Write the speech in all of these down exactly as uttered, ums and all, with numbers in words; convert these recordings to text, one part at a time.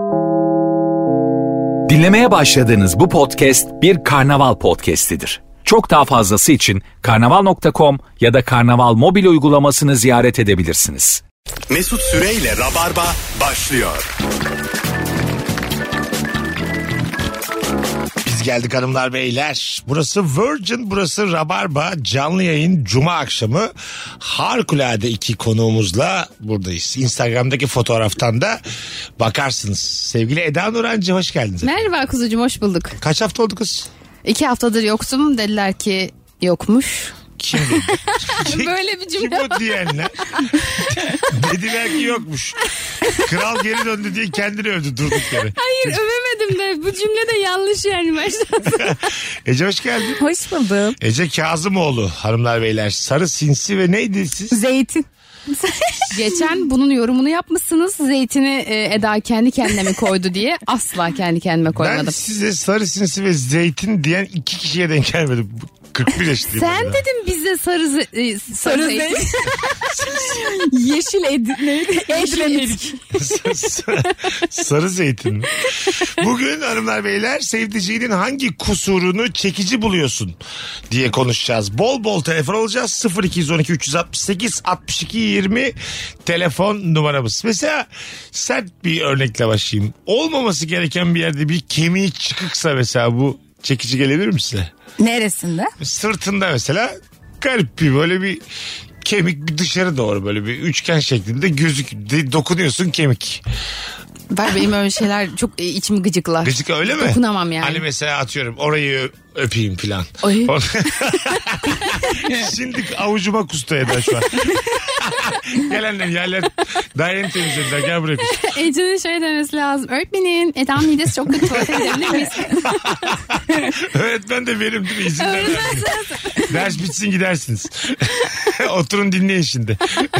Dinlemeye başladığınız bu podcast bir karnaval podcastidir. Çok daha fazlası için karnaval nokta com ya da karnaval mobil uygulamasını ziyaret edebilirsiniz. Mesut Süreyle Rabarba başlıyor. Biz geldik hanımlar beyler. Burası Virgin, burası Rabarba. Canlı yayın Cuma akşamı. Harikulade iki konuğumuzla buradayız. Instagram'daki fotoğraftan da bakarsınız. Sevgili Eda Nurancı, hoş geldiniz. Merhaba kuzucuğum, hoş bulduk. Kaç hafta oldu kız? İki haftadır yoktum, dediler ki yokmuş. Kim dedi? Böyle bir cümle Kim o diyenler? Dediler ki yokmuş. Kral geri döndü diye kendini övdü durduk yere. Hayır, övemedim de bu cümle de yanlış yani başlasın. Ece hoş geldin. Hoş buldum. Ece Kazımoğlu hanımlar beyler. Sarı sinsi ve neydi siz? Zeytin. Geçen bunun yorumunu yapmışsınız. Zeytini e, Eda kendi kendine mi koydu diye. Asla kendi kendime koymadım. Ben size sarı sinsi ve zeytin diyen iki kişiye denk gelmedim. kırk bir yaşındayım. Sen ben. dedin bize sarı, ze- e, sarı, Sarı zeytin. Yeşil ed neydi? Edremelik. Sarı zeytin mi? Bugün hanımlar beyler sevdiceğinin hangi kusurunu çekici buluyorsun diye konuşacağız. Bol bol telefon alacağız. sıfır iki on iki üç altı sekiz altmış iki yirmi telefon numaramız. Mesela sert bir örnekle başlayayım. Olmaması gereken bir yerde bir kemiği çıkıksa mesela bu çekici gelebilir mi size? Neresinde? Sırtında mesela garip bir böyle bir kemik bir dışarı doğru böyle bir üçgen şeklinde gözük de- dokunuyorsun kemik. Ben benim öyle şeyler çok e, içimi gıcıklar. Gıcık öyle mi? Dokunamam yani. Hani mesela atıyorum orayı ö- öpeyim filan. Ay. Şimdi avucuma kustu Eda şu an. Gel annem yerler daha yeni temizlediler gel buraya kus. Ece'nin şey demesi lazım. Öğretmenim Eda'nın midesi çok kötü, tuvalete gidebilir miyiz? Öğretmen de benim değil mi? İzin ver. Ders bitsin gidersiniz. Oturun dinleyin şimdi.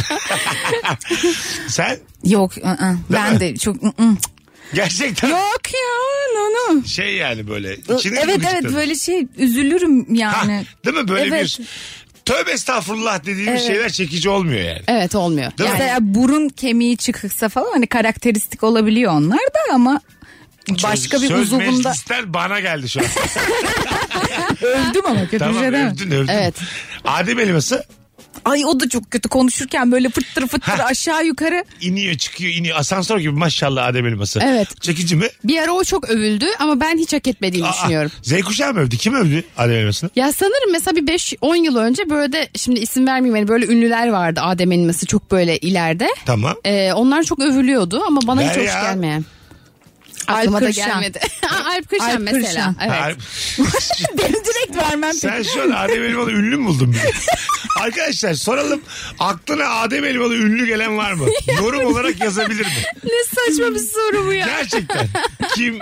Sen? Yok. ı-ı. Ben mi? de çok. ı-ı. Gerçekten Yok ya. No no. şey yani böyle. içini Evet gıcıkladın. evet böyle şey üzülürüm Ha, yani. değil mi böyle Evet. bir tövbe estağfurullah dediğimiz Evet. şeyler çekici olmuyor yani. Evet, olmuyor. Değil mi? Mesela burun kemiği çıkıksa falan hani karakteristik olabiliyor onlar da ama başka bir Söz uzuvunda meclisler bana geldi şu an. övdüm ama kötü Tamam bir şey değil mi? övdün övdün. Evet. Adem elması Ay o da çok kötü konuşurken böyle fıttır fıttır Ha. aşağı yukarı. iniyor çıkıyor iniyor asansör gibi maşallah Adem elması. Evet. Çekici mi? Bir ara o çok övüldü ama ben hiç hak etmediğini Aa, düşünüyorum. Z kuşağı mı övdü? Kim övdü Adem elmasını? Ya sanırım mesela bir beş on yıl önce böyle de, şimdi isim vermeyeyim, hani böyle ünlüler vardı Adem elması çok böyle ileride. Tamam. Ee, onlar çok övülüyordu ama bana hiç Ver hoş ya. gelmeyen. Alp Aklıma da Kırşan. gelmedi. Alp Kırşan Alp mesela. Kırşan. Evet. Ay, Benim direkt vermem. sen şu an Adem Elmalı ünlü mü buldun bizi? Arkadaşlar soralım, aklına Adem Elmalı ünlü gelen var mı? Yorum olarak yazabilir mi? Ne saçma bir soru bu ya. Gerçekten. Kim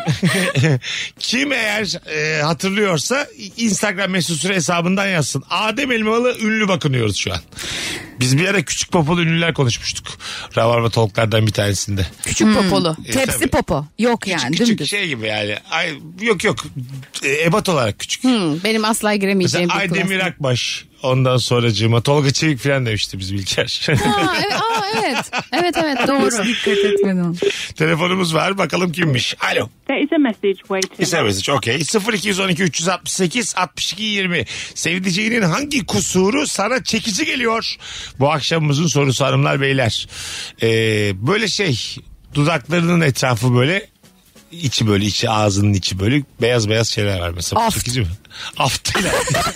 kim eğer e, hatırlıyorsa Instagram mesut süre hesabından yazsın. Adem Elmalı ünlü bakınıyoruz şu an. Biz bir ara küçük popolu ünlüler konuşmuştuk. Rabarba Talk'lardan bir tanesinde. Küçük popolu. E, Tepsi tabii. popo. Yok Küçük, yani küçük dümdüz. şey gibi yani. Ay, yok yok. E, ebat olarak küçük. Hmm, benim asla giremeyeceğim Mesela bir Aydemir klas. Akbaş. Ondan sonracığıma Tolga Çevik falan demişti biz Bilker. Aa, evet, aa, evet. Evet evet doğru. Dikkat etmedim. Telefonumuz var bakalım kimmiş. Alo. There is a message waiting. Kısa mesaj okey. sıfır iki on iki üç altı sekiz altmış iki yirmi. Sevdiceğinin hangi kusuru sana çekici geliyor? Bu akşamımızın sorusu hanımlar beyler. Ee, böyle şey dudaklarının etrafı böyle içi böyle içi ağzının içi böyle beyaz beyaz şeyler var mesela. Aft. Çekici mi? Aftıyla.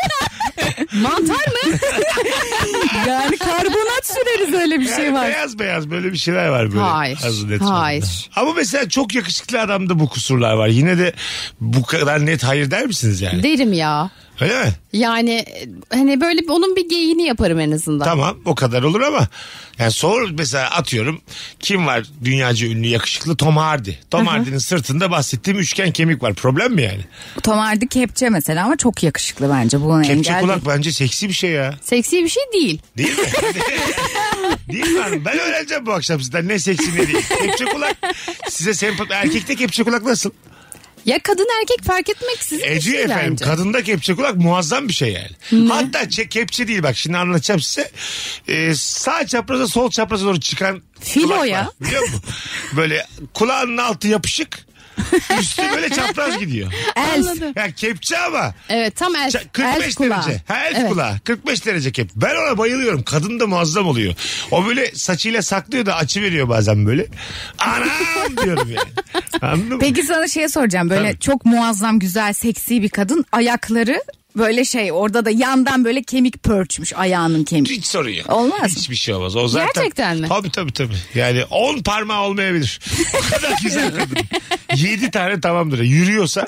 Mantar mı? Yani karbonat süreriz öyle bir şey Yani var. beyaz beyaz böyle bir şeyler var böyle. Hayır, ağzının etrafında. hayır. Ama mesela çok yakışıklı adamda bu kusurlar var. Yine de bu kadar net hayır der misiniz yani? Derim ya. Öyle mi? Yani hani böyle bir- onun bir geyiğini yaparım en azından. Tamam o kadar olur ama yani sor mesela atıyorum kim var dünyaca ünlü yakışıklı Tom Hardy. Tom Hardy'nin sırtında bahsettiğim üçgen kemik var. Problem mi yani? Tom Hardy kepçe mesela ama çok yakışıklı bence. Bu Kepçe engel kulak değil. bence seksi bir şey ya. Seksi bir şey değil. Değil mi? Değil mi hanım? Ben öğreneceğim bu akşam sizden ne seksi ne değil. Kepçe kulak size sempat erkekte kepçe kulak nasıl? Ya kadın erkek fark etmeksizin bir Ediyor şey efendim. bence. Kadında kepçe kulak muazzam bir şey yani. Ne? Hatta çe- kepçe değil bak şimdi anlatacağım size. Ee, sağ çapraza sol çapraza doğru çıkan Filo kulak ya. var, biliyor musun? Böyle kulağının altı yapışık. Üstü böyle çapraz gidiyor. Anladım. Ya kepçe ama. Evet tam el, Ç- kırk beş el kulağı. derece. Ha, el Evet. kulağı. kırk beş derece kep. Ben ona bayılıyorum. Kadın da muazzam oluyor. O böyle saçıyla saklıyor da açı veriyor bazen böyle. Anam diyorum yani. Anladın mı? Peki sana şey soracağım. Böyle Tabii. çok muazzam, güzel, seksi bir kadın. Ayakları böyle şey, orada da yandan böyle kemik pörçmüş, ayağının kemiği. Hiç sorun yok. Olmaz mı? Hiçbir şey olmaz. O zaten, Gerçekten mi? Tabii tabii tabii. Yani on parmağı olmayabilir. O kadar güzel kadın. Yedi tane tamamdır. Yürüyorsa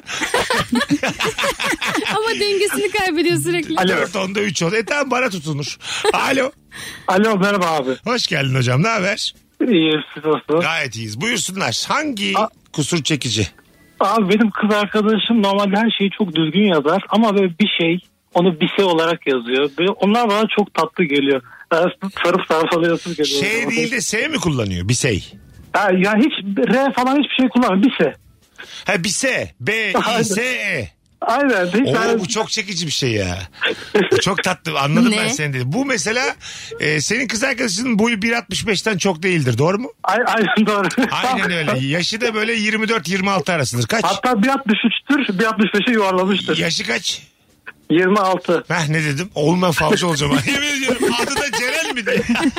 Ama dengesini kaybediyor sürekli. Alo. dört onda üç olur. E tamam bana tutunur. Alo. Alo merhaba abi. Hoş geldin hocam. Ne haber? İyi siz nasılsınız? Gayet iyiyiz. Buyursunlar. Hangi A- kusur çekici? Abi benim kız arkadaşım normalde her şeyi çok düzgün yazar ama böyle bir şey onu bir şey olarak yazıyor. Böyle onlar bana çok tatlı geliyor. Yani sarıp sarfalayasız geliyor. Şey değil de S mi kullanıyor? Bir şey. Ha, yani hiç R falan hiçbir şey kullanmıyor. Bir şey. Ha bir S. B, I, S, E. Aynen. Hiç Oo, yani- bu çok çekici bir şey ya. Bu çok tatlı. Anladım Ne? ben seni dedi. Bu mesela e, senin kız arkadaşının boyu bir altmış beşten çok değildir. Doğru mu? Ay- Aynen doğru. Aynen öyle. Yaşı da böyle yirmi dört yirmi altı arasıdır. Kaç? Hatta bir altmış üçtür, bir altmış beşe yuvarlamıştır. Yaşı kaç? yirmi altı. Heh ne dedim? Oğlum ben falcı olacağım. Yemin ediyorum adı da Ceren mi diye.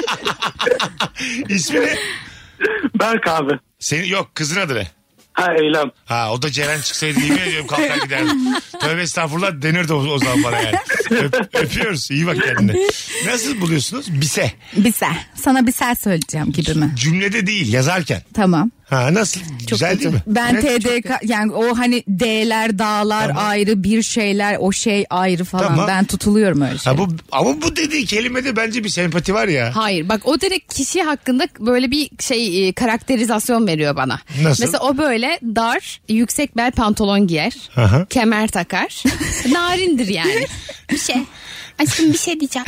İsmi ne? Berk abi. Senin, yok kızın adı ne? Ha eylem. Ha o da Ceren çıksaydı yemin ediyorum kalkar giderdim. Tövbe estağfurullah denirdi o, o zaman bana yani. Öp- öpüyoruz. İyi bak kendine. Nasıl buluyorsunuz? Bise. Bise. Sana bir ses söyleyeceğim gibi mi? Cümlede değil yazarken. Tamam. Ha nasıl? Güzel değil mi? Ben Evet. T D K yani o hani D'ler, dağlar Tamam. ayrı, bir şeyler, o şey ayrı falan. Tamam. Ben tutuluyorum öyle şey. Ha, bu, ama bu dediği kelimede bence bir sempati var ya. Hayır bak o direkt kişi hakkında böyle bir şey e, karakterizasyon veriyor bana. Nasıl? Mesela o böyle dar yüksek bel pantolon giyer. Aha. Kemer takar. Narindir yani. Bir şey. Aşkım bir şey diyeceğim.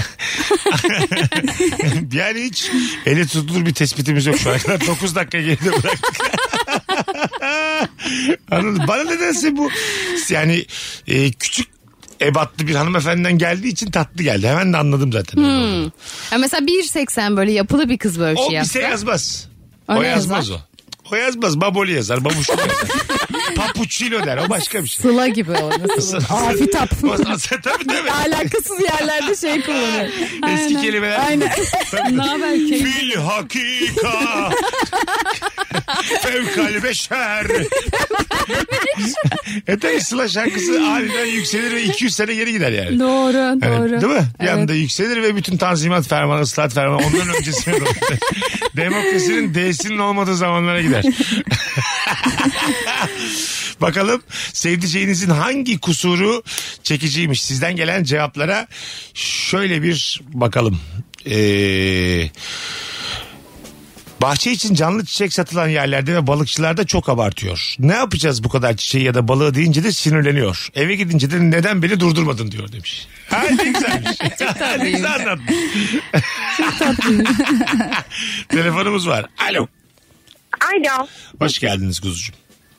Yani hiç ele tutulur bir tespitimiz yok şu an kadar. dokuz dakika geride bıraktık. Anladın? Bana nedense bu yani e, küçük ebatlı bir hanımefendiden geldiği için tatlı geldi. Hemen de anladım zaten. Hmm. Ya mesela bir seksen böyle yapılı bir kız böyle bir O şey bir yapsa. şey yazmaz. O O, ne yazmaz yazar? o. O yazmaz. Baboli yazar. Babuşlu yazar. Papuçino der. O başka bir şey. Sıla gibi o. Nasıl? Afitap. O- tabii tabii. Alakasız yerlerde şey kullanıyor. Eski kelimeler. Aynen. Tabii. Ne haber ki? Fil hakika. Fevkal beşer. e tabii Sıla şarkısı aniden yükselir ve iki yüz sene geri gider yani. Doğru Yani, doğru. değil mi? Bir Evet. anda yükselir ve bütün tanzimat fermanı, ıslahat fermanı ondan öncesine doğru. Demokrasinin D'sinin olmadığı zamanlara gider. Bakalım sevdiceğinizin hangi kusuru çekiciymiş? Sizden gelen cevaplara şöyle bir bakalım. Eee... Bahçe için canlı çiçek satılan yerlerde ve balıkçılarda çok abartıyor. Ne yapacağız bu kadar çiçeği ya da balığı deyince de sinirleniyor. Eve gidince de neden beni durdurmadın diyor demiş. Ha ne güzelmiş. Ne güzel anlatmış. Telefonumuz var. Alo. Alo. Hoş geldiniz kuzucuğum.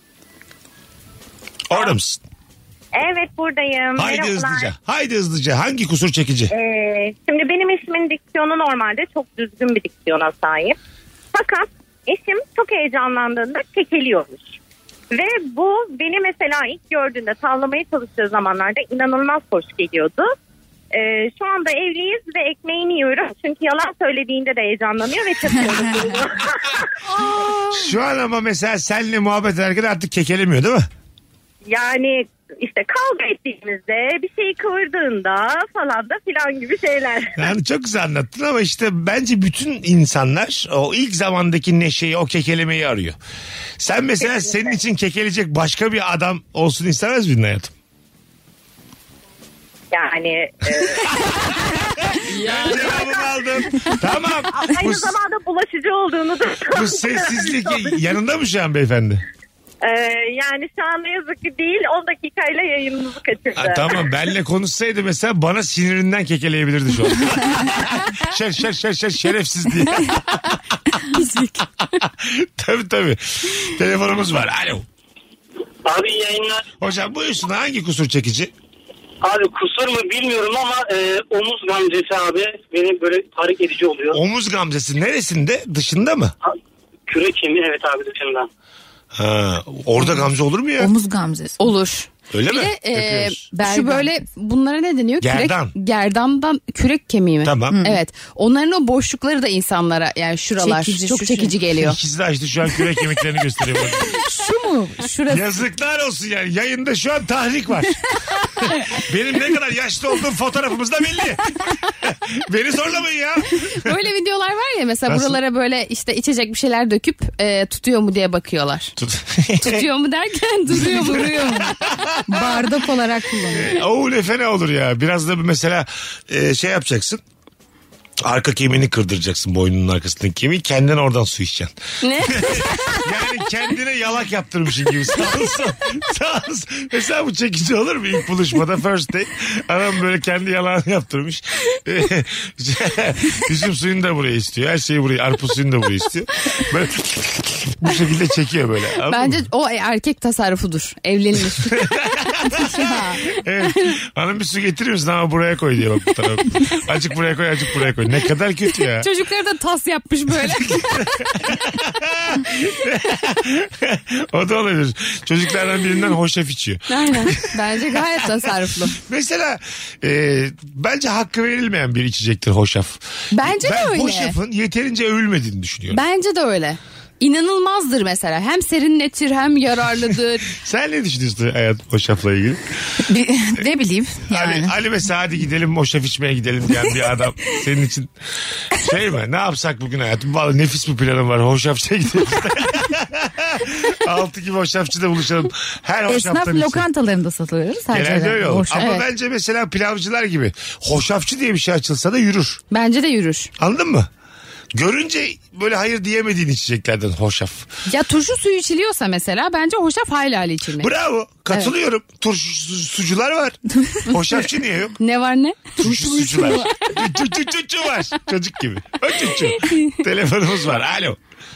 Orada mısın? Evet buradayım. Haydi Merhabalar. hızlıca. Haydi hızlıca. Hangi kusur çekici? Ee, şimdi benim eşimin diksiyonu normalde çok düzgün bir diksiyona sahip. Fakat eşim çok heyecanlandığında kekeliyormuş. Ve bu beni mesela ilk gördüğünde tavlamaya çalıştığı zamanlarda inanılmaz hoş geliyordu. Ee, şu anda evliyiz ve ekmeğini yiyorum. Çünkü yalan söylediğinde de heyecanlanıyor ve çatıyoruz. Şu an ama mesela seninle muhabbet ederken artık kekelemiyor değil mi? Yani işte kavga ettiğimizde bir şeyi kıvırdığında falan da filan gibi şeyler. Yani çok güzel anlattın ama işte bence bütün insanlar o ilk zamandaki neşeyi, o kekelemeyi arıyor. Sen mesela Kesinlikle. senin için kekeleyecek başka bir adam olsun istemez miydin hayatım? Yani e, Cevabımı aldım. Tamam. aynı Bu, zamanda bulaşıcı olduğunu da bu sessizlik yanında mı şu an beyefendi? Ee, yani şu an ne yazık ki değil, on dakikayla yayınımızı kaçırdı. Ha, tamam benle konuşsaydı mesela bana sinirinden kekeleyebilirdi şu an. şer şer şer şer şerefsiz diye. tabii tabii. Telefonumuz var. Alo. Abi iyi yayınlar. Hocam buyursun, hangi kusur çekici? Abi kusur mu bilmiyorum ama e, omuz gamzesi abi beni böyle tahrik edici oluyor. Omuz gamzesi neresinde? Dışında mı? Ha, kürek kemiği evet abi dışından. Ha, orada gamze olur mu ya? Omuz gamzesi. Olur. Öyle bir mi? de e, Yapıyoruz. şu böyle bunlara ne deniyor? Gerdan. Kürek, gerdandan kürek kemiği mi? Tamam. Evet. Onların o boşlukları da insanlara yani şuralar Çekici, çok şu, çekici şu. geliyor. İkisi de açtı şu an kürek kemiklerini gösteriyor. Şu mu? Şurası. Yazıklar olsun yani. Yayında şu an tahrik var. Benim ne kadar yaşlı olduğum fotoğrafımız da belli. Beni zorlamayın ya. Böyle videolar var ya mesela Nasıl? buralara böyle işte içecek bir şeyler döküp e, tutuyor mu diye bakıyorlar. Tut. Tutuyor mu derken duruyor mu? Duruyor mu? Bardak olarak kullanıyor. Oo ne fena olur ya. Biraz da bir mesela e, şey yapacaksın. Arka kemiğini kırdıracaksın, boynunun arkasındaki kemiği. Kendin oradan su içeceksin. Ne? Yani kendine yalak yaptırmışsın gibi. Sağ olsun. Sağ olsun. Mesela bu çekici olur mu ilk buluşmada, first date? Adam böyle kendi yalağını yaptırmış. Üzüm suyunu da buraya istiyor. Her şeyi buraya, arpuz suyunu da buraya istiyor. Böyle bu şekilde çekiyor böyle. Anladın Bence mı? o erkek tasarrufudur. Evlenilir. Evet. Hanım bir su getirir misin ama buraya koy diye bak bu tarafa. Azıcık buraya koy, azıcık buraya koy. Ne kadar kötü ya. Çocukları da tas yapmış böyle. O da olabilir. Çocuklardan birinden hoşaf içiyor. Aynen. Bence gayet tasarruflu. Mesela e, bence hakkı verilmeyen bir içecektir hoşaf. Bence de ben öyle. hoşafın yeterince övülmediğini düşünüyorum. Bence de öyle. İnanılmazdır mesela. Hem serinletir hem yararlıdır. Sen ne düşünüyorsun hayat hoşafla ilgili? Bir, ne bileyim yani. Ali, Ali mesela hadi gidelim hoşaf içmeye gidelim diyen bir adam. Senin için şey mi? Ne yapsak bugün hayatım? Vallahi nefis bir planım var. Hoşafçıya gidelim. Altı gibi hoşafçıda buluşalım. Her Esnaf hoşaftan içsin. lokantalarında satılır. Genelde öyle olur. Hoşaf. Ama Evet. bence mesela pilavcılar gibi hoşafçı diye bir şey açılsa da yürür. Bence de yürür. Anladın mı? Görünce böyle hayır diyemediğin içeceklerden hoşaf. Ya turşu suyu içiliyorsa mesela bence hoşaf hayli hali içilmeli. Bravo. Katılıyorum. Turşu su- sucular var. Hoşafçı niye yok? Ne var ne? Turşu sucular. Çu çu çu var. Çocuk gibi. O çu. Telefonumuz var. Alo.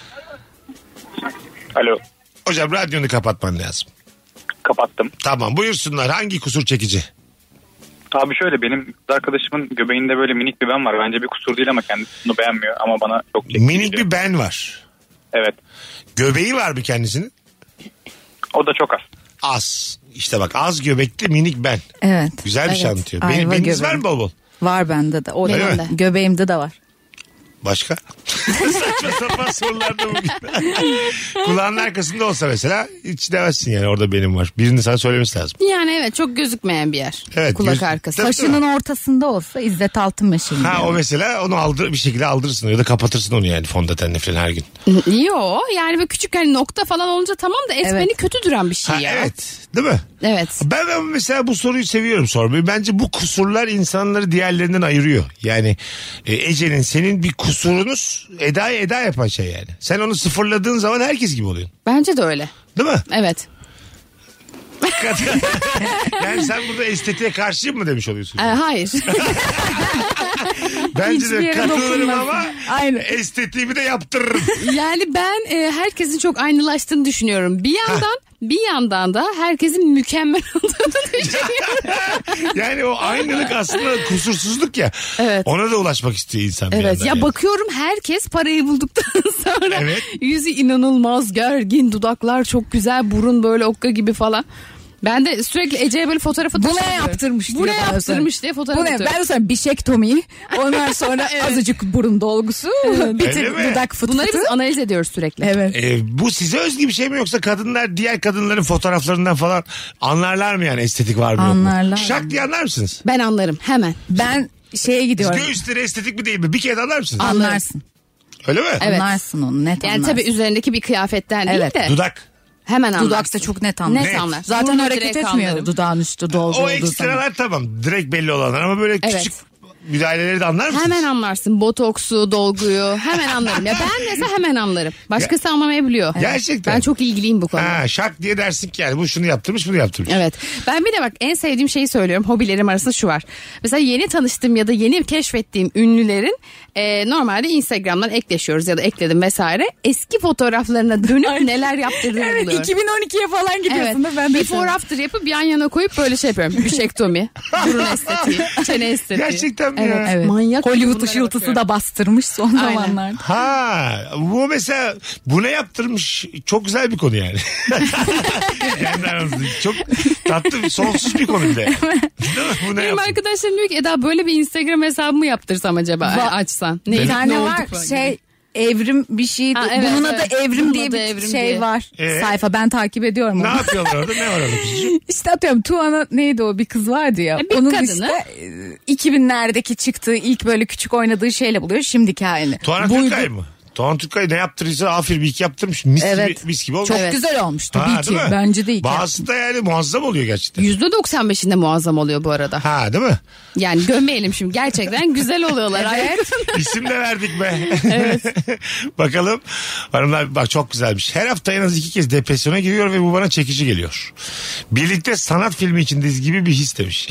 Alo, Hocam radyonu kapatman lazım. kapattım. Tamam buyursunlar. Hangi kusur çekici? Abi şöyle, benim kız arkadaşımın göbeğinde böyle minik bir ben var. Bence bir kusur değil ama kendisi bunu beğenmiyor ama bana çok çekici Minik geliyor. bir ben var. Evet, Göbeği var mı kendisinin? o da çok az. Az. İşte bak az göbekli minik ben. Evet. Güzel bir şey Evet. anlatıyor. Ayva Benim, beniniz var göbeği. mı bol bol? Var bende de. O Öyle da mi? göbeğimde de var. Başka? Saçma sapan sorularda bugün. Kulağının arkasında olsa mesela hiç demezsin yani orada benim var. Birini sana söylemesi lazım. Yani evet çok gözükmeyen bir yer. Evet, Kulak göz- arkası. Tabii. Başının ortasında olsa İzzet Altınmeşe. Ha o mesela onu aldır bir şekilde aldırırsın ya da kapatırsın onu yani fondötenle falan her gün. Yo yani böyle küçük hani nokta falan olunca tamam da esmeni Evet. kötü duran bir şey Ha, ya. evet değil mi? Evet. Ben, ben mesela bu soruyu seviyorum sormayı. Bence bu kusurlar insanları diğerlerinden ayırıyor. Yani e, Ece'nin senin bir kusurunuz Eda'ya Eda yapan şey yani. Sen onu sıfırladığın zaman herkes gibi oluyorsun. Bence de öyle. Değil mi? Evet. Yani sen burada estetiğe karşıyım mı demiş oluyorsun? Ee, hayır. Bence hiçbir de yere katılırım dokunmasın. ama Aynen. estetiğimi de yaptırırım. Yani ben e, herkesin çok aynılaştığını düşünüyorum. Bir yandan bir yandan da herkesin mükemmel olduğunu düşünüyorum. Yani o aynılık aslında kusursuzluk ya. Evet. Ona da ulaşmak istiyor insan. bir Evet yandan ya yani. bakıyorum herkes parayı bulduktan sonra Evet. yüzü inanılmaz gergin, dudaklar çok güzel, burun böyle okka gibi falan. Ben de sürekli Ece'ye böyle fotoğrafı Bu ne taşıyorum. yaptırmış Bu ne diyor bana yaptırmış sonra. diye fotoğraf Bu ne? atıyorum. Ben sonra bişektomi. Ondan sonra azıcık burun dolgusu. Bir Öyle tık mi? dudak fıt Bunları fıtı. biz analiz ediyoruz sürekli. Evet. Ee, bu size özgü bir şey mi yoksa kadınlar diğer kadınların fotoğraflarından falan anlarlar mı yani estetik var mı yok mu? Anlarlar. Şak diye anlar mısınız? Ben anlarım hemen. Ben şeye gidiyorum. Göğüsleri estetik mi değil mi? Bir kere de anlar mısınız? Anlarsın. Öyle mi? Evet. Anlarsın onu net Yani anlarsın. tabii üzerindeki bir kıyafetten Evet. değil de Dudak. hemen anlarsın. Dudakta çok net anlar. Net anlar. Zaten Burnu hareket direkt etmiyor anlarım. dudağın üstü dolgu O olduğu zaman. ekstralar tamam. Direkt belli olanlar ama böyle Evet. küçük müdahaleleri de anlar mısınız? Hemen anlarsın. Botoksu, dolguyu hemen anlarım. Ya ben mesela hemen anlarım. Başkası anlamayabiliyor. Gerçekten. Ben çok ilgiliyim bu konuda. Ha, şak diye dersin ki yani bu şunu yaptırmış bunu yaptırmış. Evet. Ben bir de bak en sevdiğim şeyi söylüyorum. Hobilerim arasında şu var. Mesela yeni tanıştığım ya da yeni keşfettiğim ünlülerin e, normalde Instagram'dan ekleşiyoruz ya da ekledim vesaire. Eski fotoğraflarına dönüp neler yaptırdığını Evet buluyorum. iki bin on ikiye falan gidiyorsun Evet. da ben de. Before after yapıp yan yana koyup böyle şey yapıyorum. Büşektomi, burun estetiği, çene estetiği. Gerçekten mi Evet. ya? Evet. Manyak. Hollywood bunlara ışıltısı bakıyorum. da bastırmış son Aynen. zamanlarda. Ha, bu mesela bu ne yaptırmış çok güzel bir konu yani. Kendi aranızda çok tatlı sonsuz bir konu bir de. Değil mi? Bu ne Benim yaptın? arkadaşlarım diyor ki Eda böyle bir Instagram hesabı mı yaptırsam acaba Va- açsan? Bir Ne, tane ne oldu var falan şey gibi. evrim bir şey. Ha, evet, Bunun evet. adı evrim Bunun diye adı bir evrim şey diye. var. Ee? Sayfa ben takip ediyorum Ne onu. yapıyorlar orada? Ne var orada kızcığım? İşte atıyorum Tuana neydi o bir kız vardı ya. E, bir Onun kadını. işte e, iki binlerdeki çıktığı ilk böyle küçük oynadığı şeyle buluyor şimdiki halini. Tuana Buydu. Türkay mı? Tuana Türkay ne yaptırırsa afir bir iki yaptırmış. Mis Evet. gibi, mis gibi olmuş. Çok Evet. güzel olmuş tabii Ha, ki. değil mi? Bence de iyi. Bazısı da yani muazzam oluyor gerçekten. yüzde doksan beşinde muazzam oluyor bu arada. Ha değil mi? Yani gömmeyelim şimdi. Gerçekten güzel oluyorlar. Evet. İsim de verdik be. Evet. Bakalım. Hanımlar bak çok güzelmiş. Her hafta en az iki kez depresyona giriyor ve bu bana çekici geliyor. Birlikte sanat filmi içindeyiz gibi bir his demiş.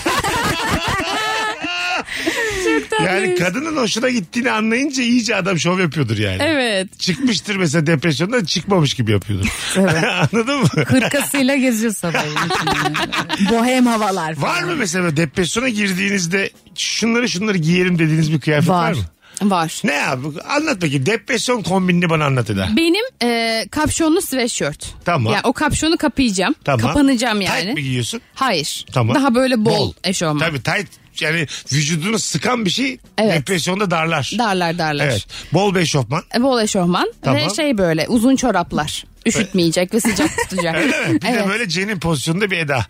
Yani kadının hoşuna gittiğini anlayınca iyice adam şov yapıyordur yani. Evet. Çıkmıştır mesela depresyondan çıkmamış gibi yapıyordur. Anladın mı? Hırkasıyla geziyor sabahın. Bohem havalar falan. Var mı mesela böyle depresyona girdiğinizde şunları şunları giyerim dediğiniz bir kıyafet var, Var. mı? Var. Ne abi? Anlat bakayım. Depresyon kombinini bana anlat Eda. Benim e, kapşonlu sweatshirt. Tamam. Yani o kapşonu kapayacağım. Tamam. Kapanacağım yani. Tight mi giyiyorsun? Hayır. Tamam. Daha böyle bol, Bol. eşofman. Tabii tight yani vücudunu sıkan bir şey Evet. depresyonda darlar. Darlar darlar. Evet. Bol bir eşofman. E, Bol eşofman Tamam. ve şey böyle uzun çoraplar. Üşütmeyecek ve sıcak tutacak. Öyle mi? Bir Evet. de böyle Cen'in pozisyonunda bir Eda.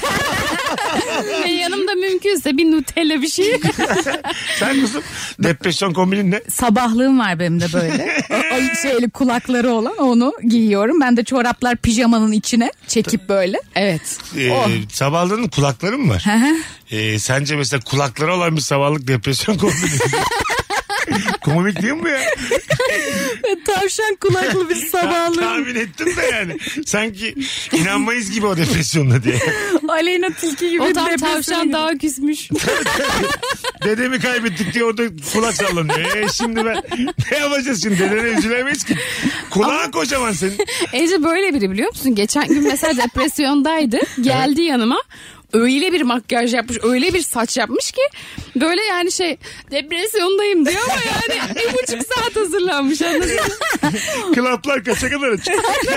Ve yanımda mümkünse bir Nutella bir şey. Sen kızım depresyon kombinin ne? Sabahlığım var benim de böyle. Ay şeyli kulakları olan onu giyiyorum. Ben de çoraplar pijamanın içine çekip böyle. Evet. Ee, Oh. Sabahların kulakları mı var? Hı hı. Ee, sence mesela kulakları olan bir sabahlık depresyon kombini. Komik değil mi bu ya? Tavşan kulaklı bir sabahlığım. Tahmin ettim de yani. Sanki inanmayız gibi o depresyonda diye. Aleyna Tilki gibi. O tam depresyona tavşan giriyor. daha küsmüş. Dedemi kaybettik diye orada kulak sallanıyor. E şimdi ben ne yapacağız şimdi? Dedene üzülemeyiz ki. Kulağın kocaman senin. Ece böyle biri biliyor musun? Geçen gün mesela depresyondaydı. Geldi yanıma. Öyle bir makyaj yapmış, öyle bir saç yapmış ki böyle yani şey depresyondayım diyor ama yani bir buçuk saat hazırlanmış anladın mı? Klaplar kaça kadar açık?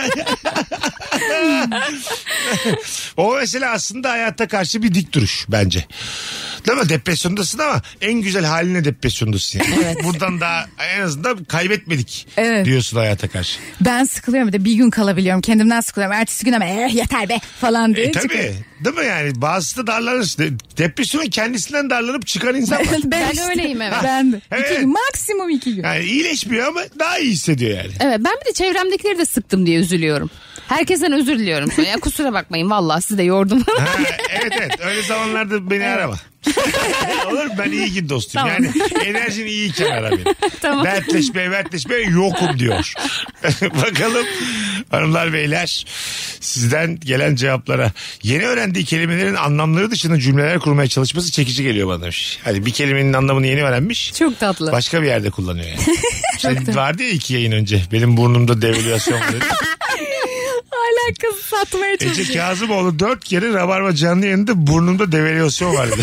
O mesela aslında hayatta karşı bir dik duruş bence. Değil mi? Depresyondasın ama en güzel haline depresyondasın. Yani. Evet. Buradan daha en azından kaybetmedik Evet. diyorsun hayata karşı. Ben sıkılıyorum bir de bir gün kalabiliyorum. Kendimden sıkılıyorum. Ertesi gün ama eh, yeter be falan diye E, tabii. çıkıyorum. Değil mi yani? Bazısı da darlanır. De- Depresyonun kendisinden darlanıp çıkan insan var. Ben işte- öyleyim, evet. Ben de. Evet. İki gün maksimum iki gün. Yani iyileşmiyor ama daha iyi hissediyor yani. Evet ben bir de çevremdekileri de sıktım diye üzülüyorum. Herkesten özür diliyorum. Sonra. Ya kusura bakmayın vallahi sizi de yordum. Ha, evet evet öyle zamanlarda beni arama. Olur mu? Ben iyi ki dostum. Tamam. Yani enerjin iyiyken ara beni. Tamam. Dertleşmeye dertleşmeye yokum diyor. Bakalım hanımlar beyler sizden gelen cevaplara. Yeni öğrendiği kelimelerin anlamları dışında cümleler kurmaya çalışması çekici geliyor bana demiş. Hani bir kelimenin anlamını yeni öğrenmiş. Çok tatlı. Başka bir yerde kullanıyor yani. Senin vardı ya iki yayın önce. Benim burnumda devalüasyon var. Hala kız satmaya Ece çalışıyor. Kazımoğlu dört kere Rabarba canlı yayında burnumda devalüasyon vardı.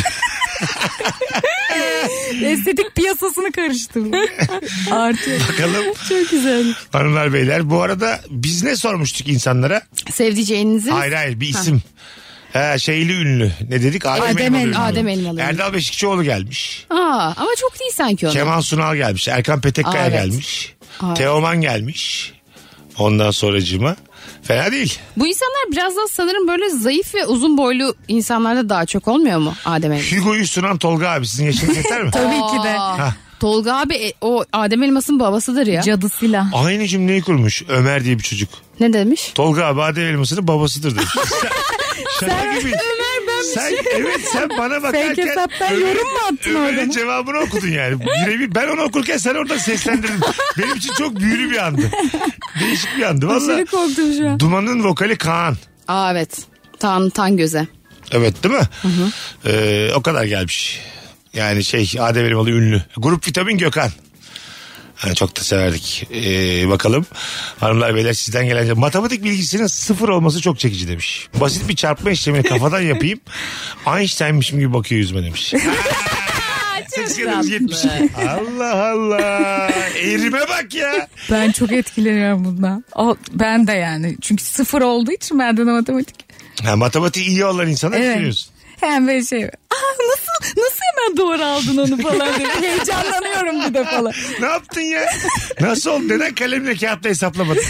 Estetik piyasasını karıştırdı. Artıyor. Bakalım Çok güzel. hanımlar beyler. Bu arada biz ne sormuştuk insanlara? Sevdiceğinizi Hayır hayır bir isim. Ha, şeyli ünlü. Ne dedik? Adem, Adem Elmalı El- ünlü. Adem Elmalı. Erdal Beşikçioğlu gelmiş. Aa, ama çok değil sanki o. Kemal Sunal gelmiş. Erkan Petekkaya Aa, evet. gelmiş. Evet. Teoman gelmiş. Ondan sonracığıma. Fena değil. Bu insanlar biraz daha sanırım böyle zayıf ve uzun boylu insanlarda daha çok olmuyor mu Adem Elması? Hugo'yu sunan Tolga abi. Sizin yaşınız yeter mi? Tabii ki de. Aa, Tolga abi e, o Adem Elmas'ın babasıdır ya. Cadısıyla. Aynı cümleyi kurmuş. Ömer diye bir çocuk. Ne demiş? Tolga abi Adem Elması'nın babasıdır demiş. Şaka gibi. Ömer ben Sen, evet sen bana bakarken Fake hesaptan yorum mu attın Ömer'in orada? cevabını okudun yani. Birebir ben onu okurken sen oradan seslendirdin. Benim için çok büyülü bir andı. Değişik bir andı. Valla. Aşırı korktum şu an. Duman'ın vokali Kaan. Aa evet. Tan, tan göze. Evet değil mi? Hı hı. Ee, o kadar gelmiş. Yani şey Adem Elmalı ünlü. Grup Vitamin Gökhan. Yani çok da severdik. Ee, bakalım hanımlar beyler sizden gelen matematik bilgisinin sıfır olması çok çekici demiş. Basit bir çarpma işlemini kafadan yapayım. Einstein'mişim gibi bakıyor yüzüme demiş. seksen yetmiş. Allah Allah. Eğrime bak ya. Ben çok etkileniyorum bundan. O, ben de yani. Çünkü sıfır olduğu için bende de matematik. Ha, matematik iyi olan insana Evet. düşünüyorsun. Hem böyle şey. Aa, nasıl nasıl hemen doğru aldın onu falan diye. Heyecanlanıyorum bir de falan. Ne yaptın ya? Nasıl oldu? Neden kalemle kağıtla hesaplamadın?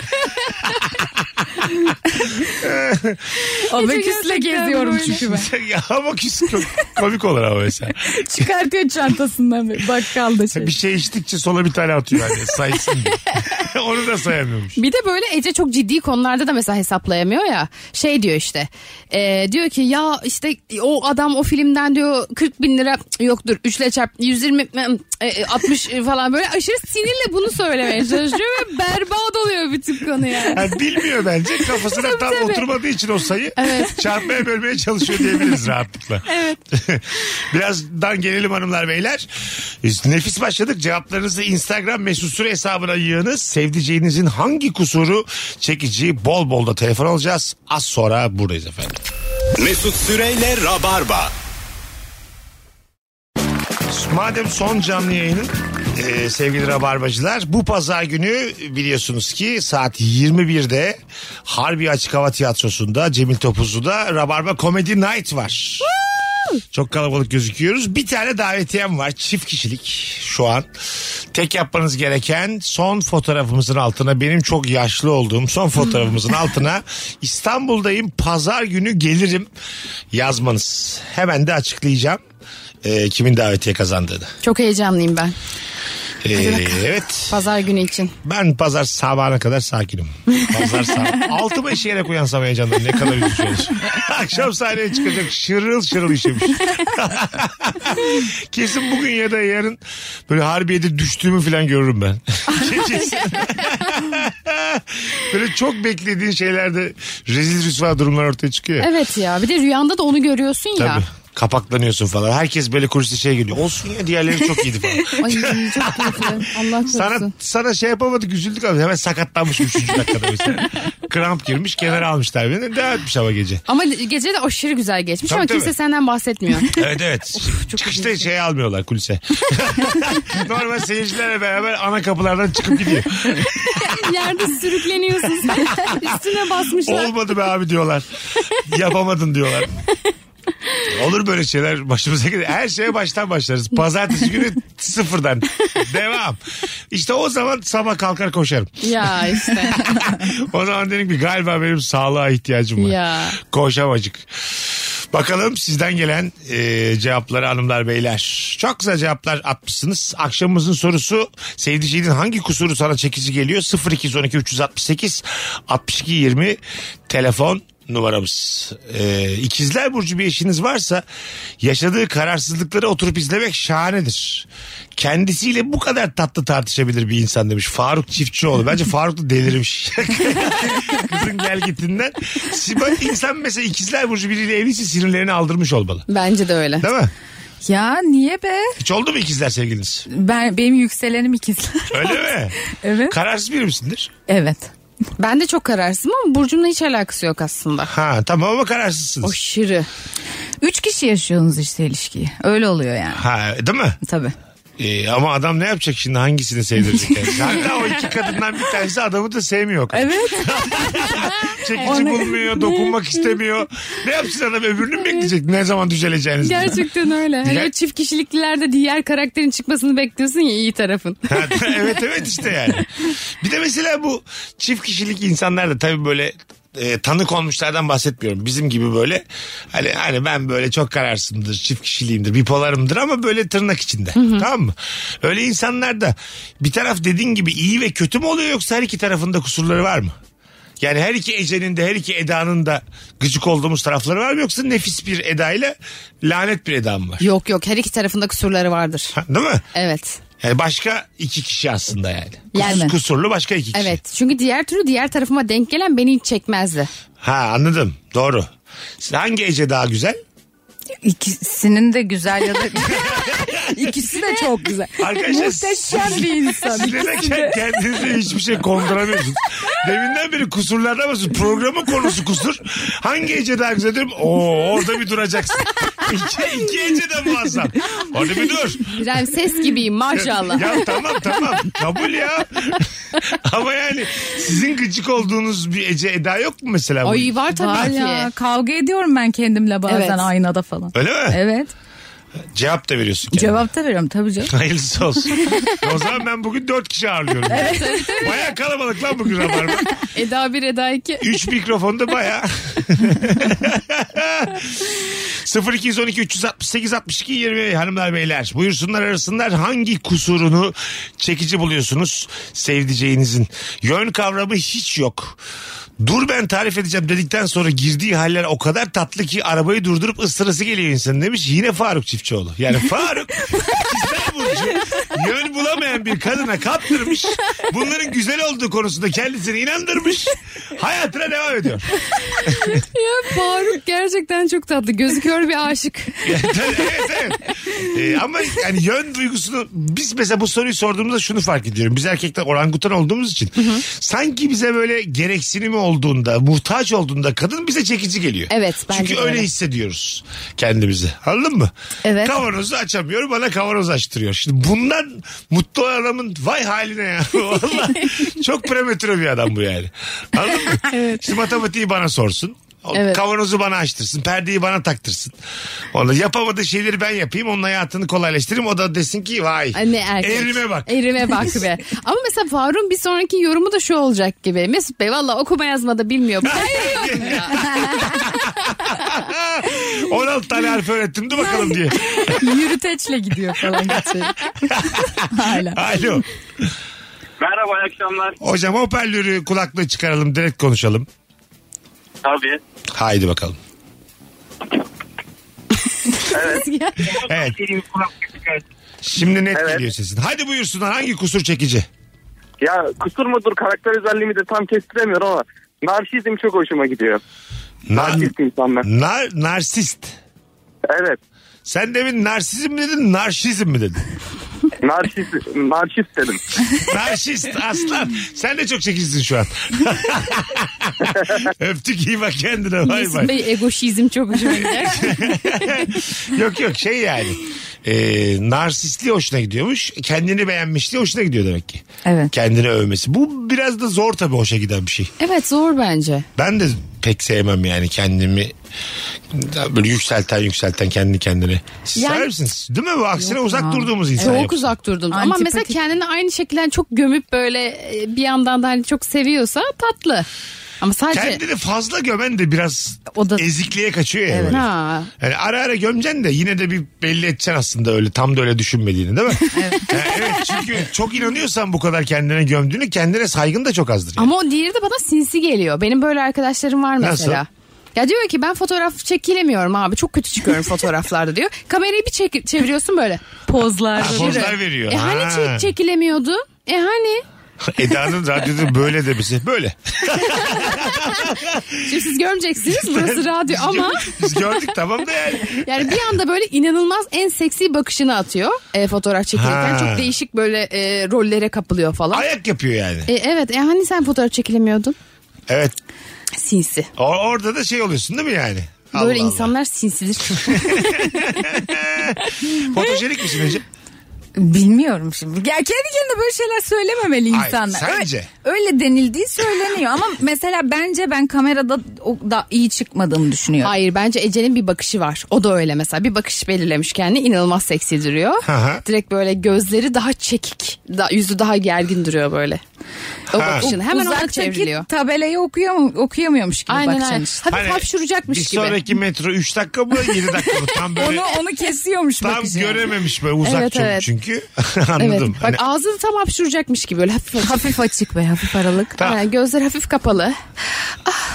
Abaküsle geziyorum çünkü ben. Ya ama küs çok komik olur ama mesela. Çıkartıyor çantasından bir bakkalda şey. Bir şey içtikçe sola bir tane atıyor yani saysın diye. Onu da sayamıyormuş. Bir de böyle Ece çok ciddi konularda da mesela hesaplayamıyor ya. Şey diyor işte. E, diyor ki ya işte o adam o filmden diyor kırk bin lira yoktur. üçle çarp yüz yirmi e, altmış falan böyle aşırı sinirle bunu söylemeye çalışıyor ve berbat oluyor bütün konu yani. Yani bilmiyor bence. Kafasına Tabii, tam tabii. oturmadığı için o sayı Evet. çarpmaya bölmeye çalışıyor diyebiliriz rahatlıkla. Evet. Birazdan gelelim hanımlar beyler. Nefis başladık. Cevaplarınızı Instagram mesut süre hesabına yığınız. Sevdiceğinizin hangi kusuru çekici bol bol da telefon alacağız. Az sonra buradayız efendim. Mesut Süreyle Rabarba. Madem son canlı yayının e, sevgili Rabarbacılar, bu pazar günü biliyorsunuz ki saat yirmi birde Harbi Açık Hava Tiyatrosu'nda Cemil Topuzlu'da Rabarba Comedy Night var. Çok kalabalık gözüküyoruz. Bir tane davetiyem var. Çift kişilik şu an. Tek yapmanız gereken son fotoğrafımızın altına, benim çok yaşlı olduğum son fotoğrafımızın altına İstanbul'dayım pazar günü gelirim yazmanız. Hemen de açıklayacağım e, kimin davetiye kazandığını. Çok heyecanlıyım ben. Ee, evet. Pazar günü için. Ben pazar sabahına kadar sakinim. Pazar sabah. Altıma işeyerek uyansam heyecandan ne kadar üzücü olur. Akşam sahneye çıkacak şırıl şırıl işemiş. Kesin bugün ya da yarın böyle Harbiye'de düştüğümü falan görürüm ben. Kesin. Böyle çok beklediğin şeylerde rezil rüsva durumlar ortaya çıkıyor. Evet ya, bir de rüyanda da onu görüyorsun ya. Tabii. Kapaklanıyorsun falan. Herkes böyle kuliste şey geliyor. Olsun ya, diğerleri çok iyiydi falan. Ay çok kötü. Allah korusun. Sana, sana şey yapamadık, üzüldük abi. Hemen sakatlanmış üçüncü dakikada mesela. Kramp girmiş, kenara almışlar beni. Devam etmiş ama gece. Ama gece de aşırı güzel geçmiş Tabii, ama tabii. kimse senden bahsetmiyor. Evet evet. Çıkışta şey almıyorlar kulise. Normal seyircilerle beraber ana kapılardan çıkıp gidiyor. Yerde sürükleniyorsun sen. Üstüne basmışlar. Olmadı be abi diyorlar. Yapamadın diyorlar. Olur böyle şeyler başımıza gelir. Her şeye baştan başlarız. Pazartesi günü sıfırdan. Devam. İşte o zaman sabah kalkar koşarım. Ya işte. O zaman dedim ki galiba benim sağlığa ihtiyacım var. Ya. Koşamacık. Bakalım sizden gelen e, cevapları hanımlar beyler. Çok güzel cevaplar atmışsınız. Akşamımızın sorusu, sevdiceğinin hangi kusuru sana çekici geliyor? sıfır iki on iki üç altı sekiz altmış iki yirmi telefon numaramız. Ee, İkizler Burcu bir eşiniz varsa yaşadığı kararsızlıkları oturup izlemek şahanedir. Kendisiyle bu kadar tatlı tartışabilir bir insan demiş Faruk Çiftçioğlu. Bence Faruk da delirmiş. Kızın gelgitinden. İnsan mesela İkizler Burcu biriyle evliyse sinirlerini aldırmış olmalı. Bence de öyle. Değil mi? Ya niye be? Hiç oldu mu ikizler sevgiliniz? Ben benim yükselenim ikizler. Öyle mi? Evet. Kararsız biri misindir? Evet. Ben de çok kararsızım ama Burcum'la hiç alakası yok aslında. Ha tamam ama kararsızsınız. Aşırı. Üç kişi yaşıyorsunuz işte ilişkiyi. Öyle oluyor yani. Ha değil mi? Tabii. Ee, ama adam ne yapacak şimdi, hangisini sevdirecek? Yani? Hatta o iki kadından bir tanesi adamı da sevmiyor. Evet. Çekici bulmuyor, dokunmak istemiyor. Ne yapsın adam, öbürünü mü bekleyecek? Ne zaman düzeleceğiniz? Gerçekten öyle. Hani Ya- o çift kişiliklilerde diğer karakterin çıkmasını bekliyorsun ya, iyi tarafın. Evet evet işte yani. Bir de mesela bu çift kişilik insanlar da tabii böyle e, tanık olmuşlardan bahsetmiyorum. Bizim gibi böyle hani, hani ben böyle çok kararsızımdır, çift kişiliğimdir, bipolarımdır ama böyle tırnak içinde. Tamam mı? Öyle insanlar da bir taraf dediğin gibi iyi ve kötü mü oluyor, yoksa her iki tarafında kusurları var mı? Yani her iki Ece'nin de her iki Eda'nın da gıcık olduğumuz tarafları var mı, yoksa nefis bir Eda ile lanet bir Eda mı var? Yok yok, her iki tarafında kusurları vardır. Ha, değil mi? Evet. Yani başka iki kişi aslında yani. Yani Kus, kusurlu başka iki kişi. Evet, çünkü diğer türlü diğer tarafıma denk gelen beni hiç çekmezdi. Ha, anladım, doğru. Hangi Ece daha güzel? İkisinin de güzel ya da ikisi de çok güzel. Arkadaşlar, Muhteşem bir insan. Siz neden kendinize hiçbir şey konduramıyorsunuz? Deminden beri kusurlardan bahsediyorsun. Programın konusu kusur. Hangi Ece daha güzel diyorum. Oo, orada bir duracaksın. İki, iki Ece de muazzam. Orada bir dur. Yani ses gibiyim maşallah. Ya tamam tamam, kabul ya. Ama yani sizin gıcık olduğunuz bir Ece Eda yok mu mesela? Ay var tabii Var ki. ya, kavga ediyorum ben kendimle bazen Evet. aynada falan. Öyle mi? Evet. Cevap da veriyorsun kendine. Cevap da veriyorum tabii canım. Hayırlısı olsun. O zaman ben bugün dört kişi ağırlıyorum. Evet. Baya kalabalık lan bugün Rabarba. Eda bir, Eda iki. Üç mikrofonda baya. sıfır iki on iki üç altı sekiz altmış iki yirmi hanımlar beyler. Buyursunlar, arasınlar. Hangi kusurunu çekici buluyorsunuz sevdiceğinizin? Yön kavramı hiç yok. Dur ben tarif edeceğim dedikten sonra girdiği haller o kadar tatlı ki arabayı durdurup ısırası geliyor insan demiş. Yine Faruk Çiftçioğlu. Yani Faruk İster Burcu yön bulamayan bir kadına kaptırmış. Bunların güzel olduğu konusunda kendisini inandırmış. Hayatına devam ediyor. Ya Faruk gerçekten çok tatlı. Gözü kör bir aşık. evet evet. Ee, ama yani yön duygusunu biz mesela bu soruyu sorduğumuzda şunu fark ediyorum. Biz erkekler orangutan olduğumuz için hı hı. sanki bize böyle gereksinimi olduğunda, muhtaç olduğunda kadın bize çekici geliyor. Evet, bence Çünkü de öyle öyle. hissediyoruz kendimizi. Anladın mı? Evet. Kavanozu açamıyor, bana kavanoz açtırıyor. Şimdi bundan mutlu adamın vay haline ya. Vallahi çok prematüre bir adam bu yani. Anladın mı? Evet. İşte matematiği bana sorsun. Evet. Kavanozu bana açtırsın, perdeyi bana taktırsın. Onu yapamadığı şeyleri ben yapayım, onun hayatını kolaylaştırayım. O da desin ki vay Ne erkek. evrime bak. Evrime bak be. Ama mesela Faruk'un bir sonraki yorumu da şu olacak gibi. Mesut Bey valla okuma yazma da bilmiyor. Hayır ya. on altı tane harf öğrettim de bakalım diye. Yürüteçle gidiyor falan geçiyor. Hala. Alo. Merhaba, iyi akşamlar. Hocam hoparlörü kulaklığı çıkaralım, direkt konuşalım. Tabii. Haydi bakalım. Evet. Evet. Şimdi net evet. geliyor sesin. Hadi buyursunlar, hangi kusur çekici? Ya kusur mudur, karakter özelliğimi de tam kestiremiyorum ama narsizm çok hoşuma gidiyor. Nar- narsist insanlar. Nar- narsist. Evet. Sen demin narsizm mi dedin, narşizm mi dedin? Narsist, narsist dedim. Narşist aslan. Sen de çok çekicisin şu an. Öptük, iyi bak kendine. Bay Mesut bay. Bey egoşizm çok hoşuma gider. Yok yok, şey yani. E, narsistliği hoşuna gidiyormuş. Kendini beğenmişliği hoşuna gidiyor demek ki. Evet. Kendini övmesi. Bu biraz da zor tabii, hoşa giden bir şey. Evet, zor bence. Ben de pek sevmem yani kendimi böyle yükselten yükselten kendi kendine. Siz Yani- sever misiniz? Değil mi bu? Aksine uzak ya. durduğumuz insan. Çok yapısı. uzak durdum. Ama Antipatik. mesela kendini aynı şekilde çok gömüp böyle e, bir yandan da hani çok seviyorsa tatlı. Ama sadece... Kendini fazla gömen de biraz O da- ezikliğe kaçıyor ya. böyle. Ha. Yani ara ara gömeceksin de yine de bir belli edeceksin aslında öyle tam da öyle düşünmediğini, değil mi? evet. Yani evet, çünkü çok inanıyorsan bu kadar kendine gömdüğünü, kendine saygın da çok azdır. Yani. Ama o diğeri de bana sinsi geliyor. Benim böyle arkadaşlarım var mesela. Nasıl? Ya diyor ki ben fotoğraf çekilemiyorum abi. Çok kötü çıkıyorum fotoğraflarda diyor. Kamerayı bir çek- çeviriyorsun böyle. Pozlar. Ha, pozlar veriyor. E hani Ha. çek- çekilemiyordu? E hani? Eda'nın radyoda böyle demesi. Böyle. Şimdi siz görmeyeceksiniz. Burası radyo ama Biz gördük tamam da yani. yani bir anda böyle inanılmaz en seksi bakışını atıyor. E, fotoğraf çekilirken Ha. çok değişik böyle e, rollere kapılıyor falan. Ayak yapıyor yani. E, evet. E hani sen fotoğraf çekilemiyordun? Evet. Sinsi. O, orada da şey oluyorsun değil mi yani? Böyle Allah Allah. insanlar sinsidir. Fotojenik misin Ece? Bilmiyorum şimdi. Ya kendi kendine böyle şeyler söylememeli Hayır, insanlar. sence? Öyle, öyle denildiği söyleniyor ama mesela bence ben kamerada o da iyi çıkmadığımı düşünüyorum. Hayır, bence Ece'nin bir bakışı var. O da öyle mesela. Bir bakış belirlemiş kendini. İnanılmaz seksi duruyor. Hı hı. Direkt böyle gözleri daha çekik. Da, yüzü daha gergin duruyor böyle. O Ha. bakışını hemen ona Uzaktaki çevriliyor. tabelayı okuyam okuyamıyormuş gibi Aynen bakacaksın aynen. işte. Hafif Hani hapşuracakmış Bir gibi. sonraki metro üç dakika mı yedi dakika mı? Tam böyle Onu onu kesiyormuş tam bakışı. görememiş böyle uzak Evet, çok evet. çünkü. Evet. Anladım. Bak Hani, ağzı tam hapşuracakmış gibi böyle hafif hafif. Hafif açık ve hafif aralık. Tamam. Aynen, gözler hafif kapalı.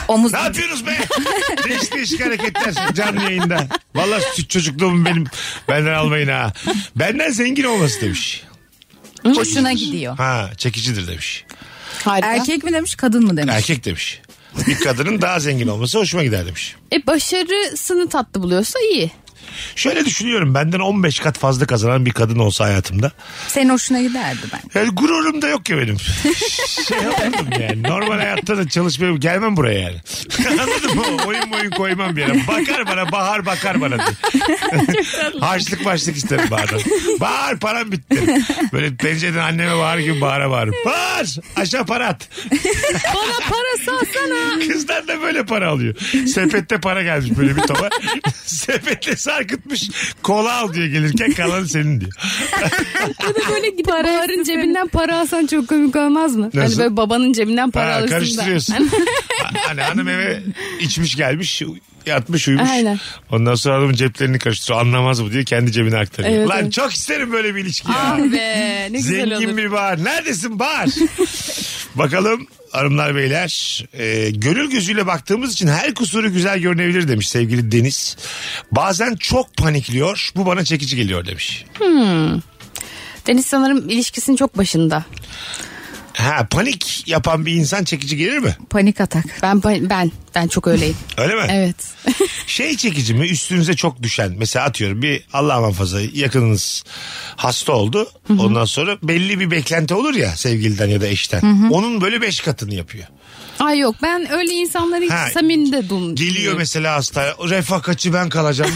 Omuz. Ne yapıyorsunuz be? Değişik değişik hareketler canlı yayında. Vallahi süt çocukluğum benim. Benden almayın ha. Benden zengin olması demiş. Hoşuna gidiyor. Ha, çekicidir demiş. Harika. Erkek mi demiş, kadın mı demiş? Erkek demiş. Bir kadının daha zengin olması hoşuma gider demiş. E başarısını tatlı buluyorsa iyi. Şöyle düşünüyorum, benden on beş kat fazla kazanan bir kadın olsa hayatımda. Senin hoşuna giderdi ben. Yani gururum da yok ya benim. Şey yapmadım yani. Normal hayatta da çalışmıyorum. Gelmem buraya yani. Anladın mı? Oyun oyun koymam bir yere. Bakar bana, Bahar bakar bana diye. Harçlık başlık isterim Bahar'dan. Bahar, param bitti. Böyle pencereden anneme bağır gibi Bahar'a bağırırım. Bahar, aşağı para at. Bana para salsana. Kızlar da böyle para alıyor. Sepette para gelmiş böyle bir topa. Sepetle sarkıtmış. Kola al diyor gelirken, kalanı senin diyor. Ya da böyle gidip Bahar'ın cebinden para alsan çok komik olmaz mı? Nasıl? Hani böyle babanın cebinden para Ha, alırsın da. karıştırıyorsun. Hani hanım eve içmiş gelmiş, yatmış uyumuş. Aynen. Ondan sonra adamın ceplerini karıştırıyor. Anlamaz bu diye kendi cebine aktarıyor. Evet, Lan evet. çok isterim böyle bir ilişki ya. Ah be, ne güzel Zengin olur. bir Bahar. Neredesin Bahar? Bakalım hanımlar beyler. E, gönül gözüyle baktığımız için her kusuru güzel görünebilir demiş sevgili Deniz. Bazen çok panikliyor. Bu bana çekici geliyor demiş. Hmm. Deniz sanırım ilişkisinin çok başında. Ha, panik yapan bir insan çekici gelir mi? Panik atak. Ben ben ben çok öyleyim. Öyle mi? Evet. Şey çekici mi? Üstünüze çok düşen. Mesela atıyorum bir Allah muhafaza yakınınız hasta oldu. Hı-hı. Ondan sonra belli bir beklenti olur ya sevgiliden ya da eşten. Hı-hı. Onun böyle beş katını yapıyor. Ay yok, ben öyle insanları hiç Ha, samimide dum. Geliyor mesela hastaya. Refakatçi ben kalacağım.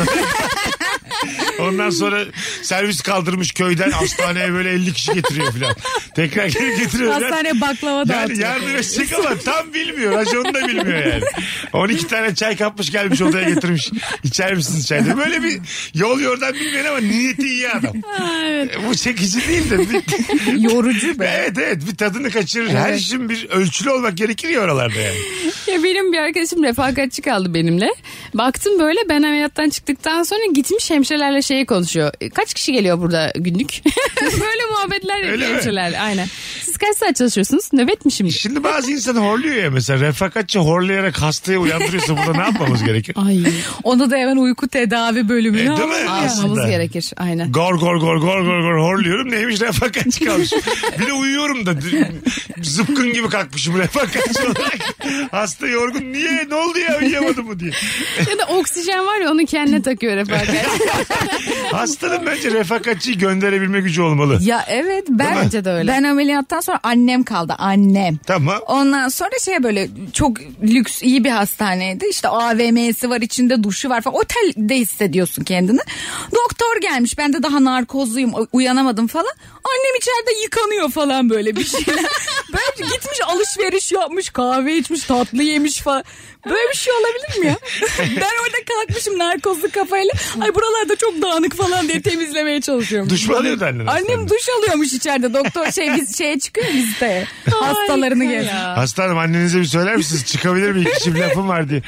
Ondan sonra servis kaldırmış köyden hastaneye böyle elli kişi getiriyor falan. Tekrar geri getiriyor. Hastaneye baklava Yani dağıtıyor. yardım edecek ama tam bilmiyor. Raconunu da bilmiyor yani. on iki tane çay kapmış gelmiş odaya getirmiş. İçer misiniz çay diye. Böyle bir yol yordan bilmeyen ama niyeti iyi adam. Evet. Bu çekici değil de. Bir... Yorucu be. Evet evet, bir tadını kaçırır. Evet. Her işin bir ölçülü olmak gerekir ya oralarda yani. Ya benim bir arkadaşım refakatçi kaldı benimle. Baktım böyle, ben ameliyattan çıktıktan sonra gitmiş hemşirelerle şeyi konuşuyor. Kaç kişi geliyor burada günlük? Böyle muhabbetler yapıyor hemşireler. Aynen. Siz kaç saat çalışıyorsunuz? Nöbet mi şimdi? Şimdi bazı insan horluyor ya mesela. Refakatçi horlayarak hastayı uyandırıyorsa burada ne yapmamız gerekir? Ay. Onu da hemen uyku tedavi bölümüne E, değil mi? Almamız Aslında. gerekir. Aynen. Gor gor gor gor gor gor horluyorum. Neymiş, refakatçi kalmış. Bir de uyuyorum da zıpkın gibi kalkmışım refakatçi olarak. Hasta yorgun. Niye? Ne oldu ya? Uyuyamadım mı diye. Ya da oksijen var ya, onu kendine takıyor refakatçi. Hastanın bence refakatçiyi gönderebilme gücü olmalı. Ya evet, ben Bence de öyle. Ben ameliyattan sonra annem kaldı, annem. Tamam. Ondan sonra şey böyle çok lüks iyi bir hastaneydi. İşte A V M'si var, içinde duşu var falan. Otelde hissediyorsun kendini. Doktor gelmiş, ben de daha narkozluyum, uyanamadım falan. Annem içeride yıkanıyor falan böyle bir şeyler. Böyle gitmiş alışveriş yapmış, kahve içmiş, tatlı yemiş falan. Böyle bir şey olabilir mi ya? Ben orada kalkmışım narkozlu kafayla. Ay buralarda çok dağınık falan diye temizlemeye çalışıyorum. Duş mu alıyordu annen? Annem duş alıyormuş içeride. Doktor şey biz şeye çıkıyor listeye. Hastalarını gez. Hastanım, annenize bir söyler misiniz? Çıkabilir mi? İki çift lafım var diye.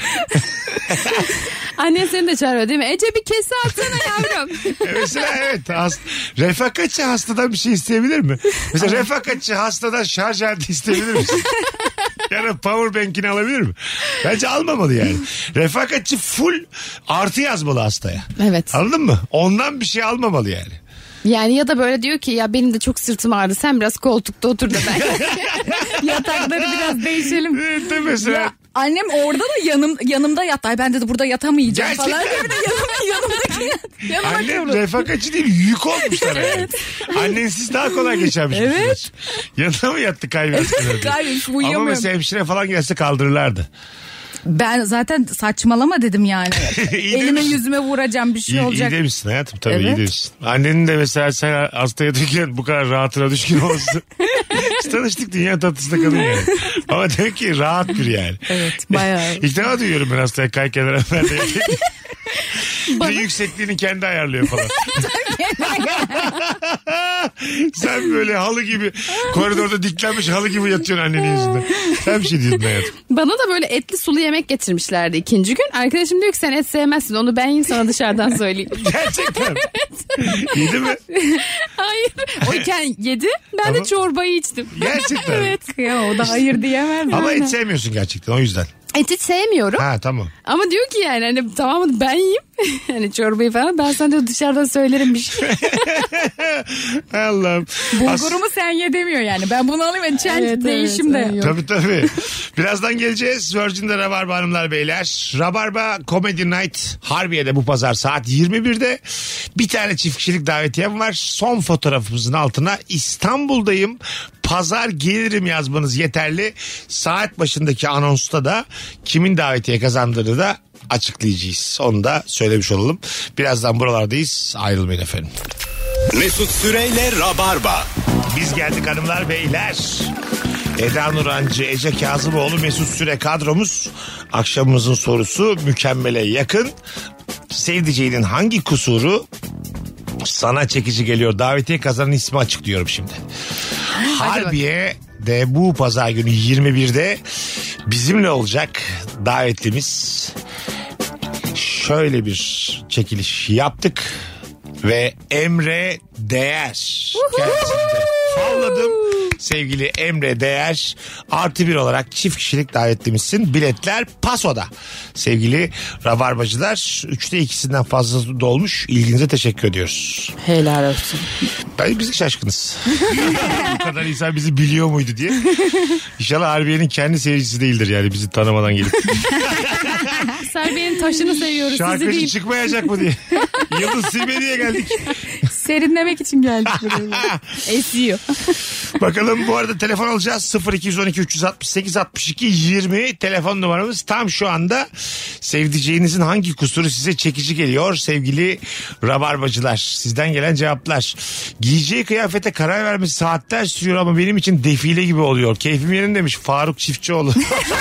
Annen seni de çağırıyor değil mi? Ece bir kese atsana yavrum. Mesela evet. Hast refakatçi hastadan bir şey isteyebilir mi? Mesela refakatçi hastadan şarj aleti isteyebilir misin? Ya da power bank'ini alabilir mi? Bence almamalı yani. Refakatçi full artı yazmalı hastaya. Evet. Anladın mı? Ondan bir şey almamalı yani. Yani ya da böyle diyor ki ya benim de çok sırtım ağrıdı, sen biraz koltukta otur da ben. Yatakları biraz değişelim. Evet de mesela. Ya annem orada da yanım yanımda yat. Ay ben de burada yatamayacağım Gerçekten. falan. Bir de yanıma, yanımdaki yat. Yanıma Annem kıvrıl. refakatçi değil, yük olmuşlar. Evet. Annensiz daha kolay geçermiş. Evet. Yanına mı yattı kaybettiler? Kaybetmiş, Ama uyuyamıyorum. mesela hemşire falan gelse kaldırırlardı. Ben zaten saçmalama dedim yani. İyi Elime demişsin. yüzüme vuracağım, bir şey İyi, olacak. iyi demişsin hayatım, tabii Evet. iyi demişsin. Annenin de mesela sen hasta yatırken bu kadar rahatına düşkün olsun. Biz tanıştık, dünya tatlısında kadın yani. Ama demek ki rahat bir yani. Evet, bayağı. İlk defa duyuyorum ben hastaya kay kenara. Ben de bir de yüksekliğini kendi ayarlıyor falan. Sen böyle halı gibi koridorda diklenmiş halı gibi yatıyorsun annenin yüzünde. Sen bir şey diyordun hayatım. Bana da böyle etli sulu yemek getirmişlerdi ikinci gün. Arkadaşım diyor ki sen et sevmezsin, onu ben yiyeyim sana dışarıdan söyleyeyim. Gerçekten. Yedi mi? Hayır. O iken yedi. Ben Tamam. de çorbayı içtim. Gerçekten. Evet. Ya o da hayır diyemez. Ama et sevmiyorsun gerçekten o yüzden. Et hiç sevmiyorum. Ha tamam. Ama diyor ki yani hani tamam ben yiyeyim. Hani çorbayı falan ben sana diyor dışarıdan söylerim bir şey. Allah'ım. Bulgurumu sen ye demiyor yani. Ben bunu alayım ve çen Evet, değişim evet, de. evet. Tabii tabii. Birazdan geleceğiz. Virgin'de Rabarba hanımlar beyler. Rabarba Comedy Night Harbiye'de bu pazar saat yirmi birde. Bir tane çift kişilik davetiyem var. Son fotoğrafımızın altına İstanbul'dayım, pazar gelirim yazmanız yeterli. Saat başındaki anonsta da kimin davetiye kazandığını da açıklayacağız. Onu da söylemiş olalım. Birazdan buralardayız. Ayrılmayın efendim. Mesut Süreyle Rabarba. Biz geldik hanımlar beyler. Eda Nurancı, Ece Kazımoğlu, Mesut Süre kadromuz. Akşamımızın sorusu mükemmele yakın. Sevdiceğinin hangi kusuru sana çekici geliyor? Davetiye kazanan ismi açıklıyorum şimdi. Harbiye de bu pazar günü yirmi birde bizimle olacak davetlimiz. Şöyle bir çekiliş yaptık ve Emre Değer kendisinde favladım. Sevgili Emre Değer artı bir olarak çift kişilik davetlimizsin. Biletler Paso'da. Sevgili Rabarbacılar, üçte ikisinden fazla dolmuş. İlginize teşekkür ediyoruz. Helal olsun. Ben biz de şaşkınız. Bu kadar insan bizi biliyor muydu diye. İnşallah Harbiye'nin kendi seyircisi değildir yani bizi tanımadan gelip. Serbiye'nin taşını seviyoruz sizi Şarkıcı değil. çıkmayacak mı diye. Yıldız Silbe diye geldik. Serinlemek için geldik buraya. Esiyor. Bakalım bu arada telefon alacağız. sıfır iki on iki üç altı sekiz altmış iki yirmi telefon numaramız. Tam şu anda sevdiceğinizin hangi kusuru size çekici geliyor sevgili Rabarbacılar? Sizden gelen cevaplar. Giyeceği kıyafete karar vermesi saatler sürüyor ama benim için defile gibi oluyor. Keyfim yerinde demiş Faruk Çiftçioğlu.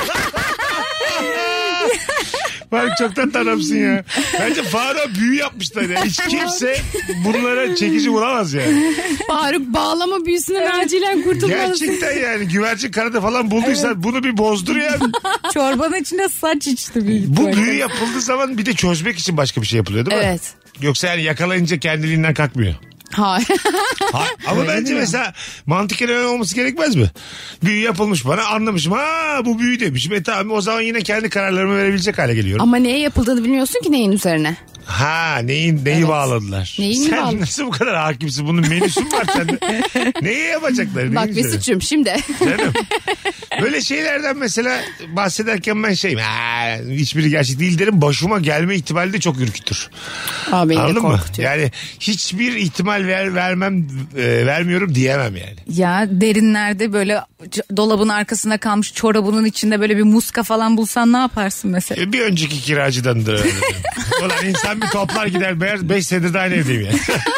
Faruk çoktan tanımsın ya. Bence Faruk'a büyü yapmışlar ya. Hiç kimse bunlara çekici bulamaz yani. Faruk bağlama büyüsünden acilen kurtulmalısın. Gerçekten yani güvercin karada falan bulduysan evet. Bunu bir bozdur ya. Çorbanın içinde saç içti. Büyük Bu böyle. büyü yapıldığı zaman bir de çözmek için başka bir şey yapılıyor değil mi? Evet. Yoksa yani yakalayınca kendiliğinden kalkmıyor. Hayır. Ha, ama bence mesela mantıken öyle olması gerekmez mi? Büyü yapılmış bana anlamışım. Ha bu büyü demişim. E tamam o zaman yine kendi kararlarımı verebilecek hale geliyorum. Ama neye yapıldığını bilmiyorsun ki neyin üzerine. Ha neyin neyi Evet. bağladılar? Neyi Sen bağladılar? nasıl bu kadar hakimsin? Bunun menüsü mü var sende? Neyi yapacaklar? Bak Neyin üzerine? Mesut'cum şimdi. Canım. Böyle şeylerden mesela bahsederken ben şeyim. Ha, hiçbiri gerçek değil derim. Başıma gelme ihtimali de çok ürkütür. Aa, beni de Anladın mı? korkutuyor. Yani hiçbir ihtimal ver, vermem e, vermiyorum diyemem yani. Ya derinlerde böyle c- dolabın arkasında kalmış çorabının içinde böyle bir muska falan bulsan ne yaparsın mesela? E, bir önceki kiracıdandır öyle. Ulan insan bir toplar gider. Beş senedir de aynı evdeyim yani.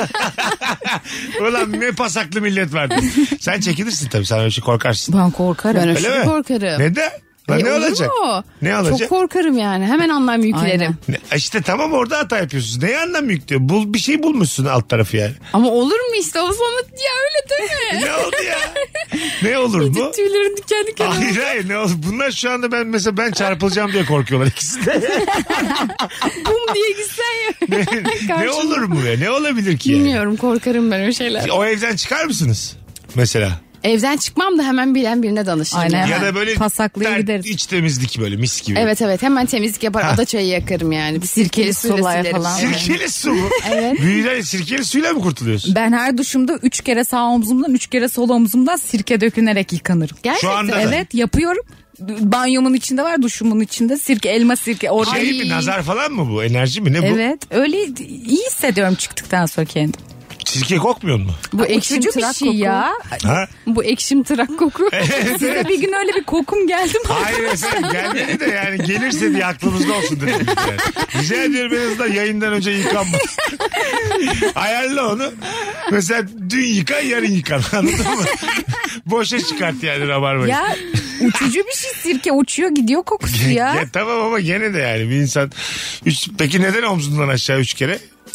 Ulan ne pasaklı millet vardı. Sen çekilirsin tabii. Sen öyle şey korkarsın. Ben korkarım. Ben Öyle aşırı mi? korkarım. Neden? Lan E, ne olur olacak? mu? Ne olacak? Çok korkarım yani. Hemen anlam yüklerim. Ne, işte tamam orada hata yapıyorsunuz. Neye anlam yüklüyor? Bul, bir şey bulmuşsun alt tarafı yani. Ama olur mu işte o zaman ya öyle deme. Ne oldu ya? Ne olur bu? Tüylerin diken diken. Hayır hayır ne olur. Bunlar şu anda ben mesela ben çarpılacağım diye korkuyorlar ikisi de. Bum diye gitsen ya. ne, ne olur mu ya? Ne olabilir ki yani? Bilmiyorum korkarım ben öyle şeyler. O evden çıkar mısınız? Mesela. Evden çıkmam da hemen bilen birine danışırım. Aynen. yani. Ya da böyle Pasaklıya ter- gideriz. iç temizlik böyle mis gibi. Evet evet hemen temizlik yapar Ha. ada çayı yakarım yani. Bir sirkeli suyla Sulaya silerim. falan. Evet. Sirkeli su mu? Evet. Büyüler sirkeli suyla mı kurtuluyorsun? Ben her duşumda üç kere sağ omzumdan üç kere sol omzumdan sirke dökünerek yıkanırım. Gerçekten. Şu anda da. Evet yapıyorum. Banyomun içinde var, duşumun içinde sirke, elma sirke. Orada. Şey mi nazar falan mı bu? Enerji mi ne bu? Evet öyle iyi hissediyorum çıktıktan sonra kendim. Sirke kokmuyor mu? Bu ekşim Uçucu bir tırak şey koku. ya. Ha? Bu ekşim tırak koku. Size bir gün öyle bir kokum geldi mi? Hayır efendim gelmedi de yani gelirse diye aklımızda olsun dedim. Yani. Rica ediyorum en azından yayından önce yıkanma. Ayarla onu. Mesela dün yıkan yarın yıkan anladın mı? Boşa çıkart yani rabarbayı. Ya uçucu bir şey sirke uçuyor gidiyor kokusu ya. Ya tamam ama gene de yani bir insan. Üç, peki neden omzundan aşağı üç kere?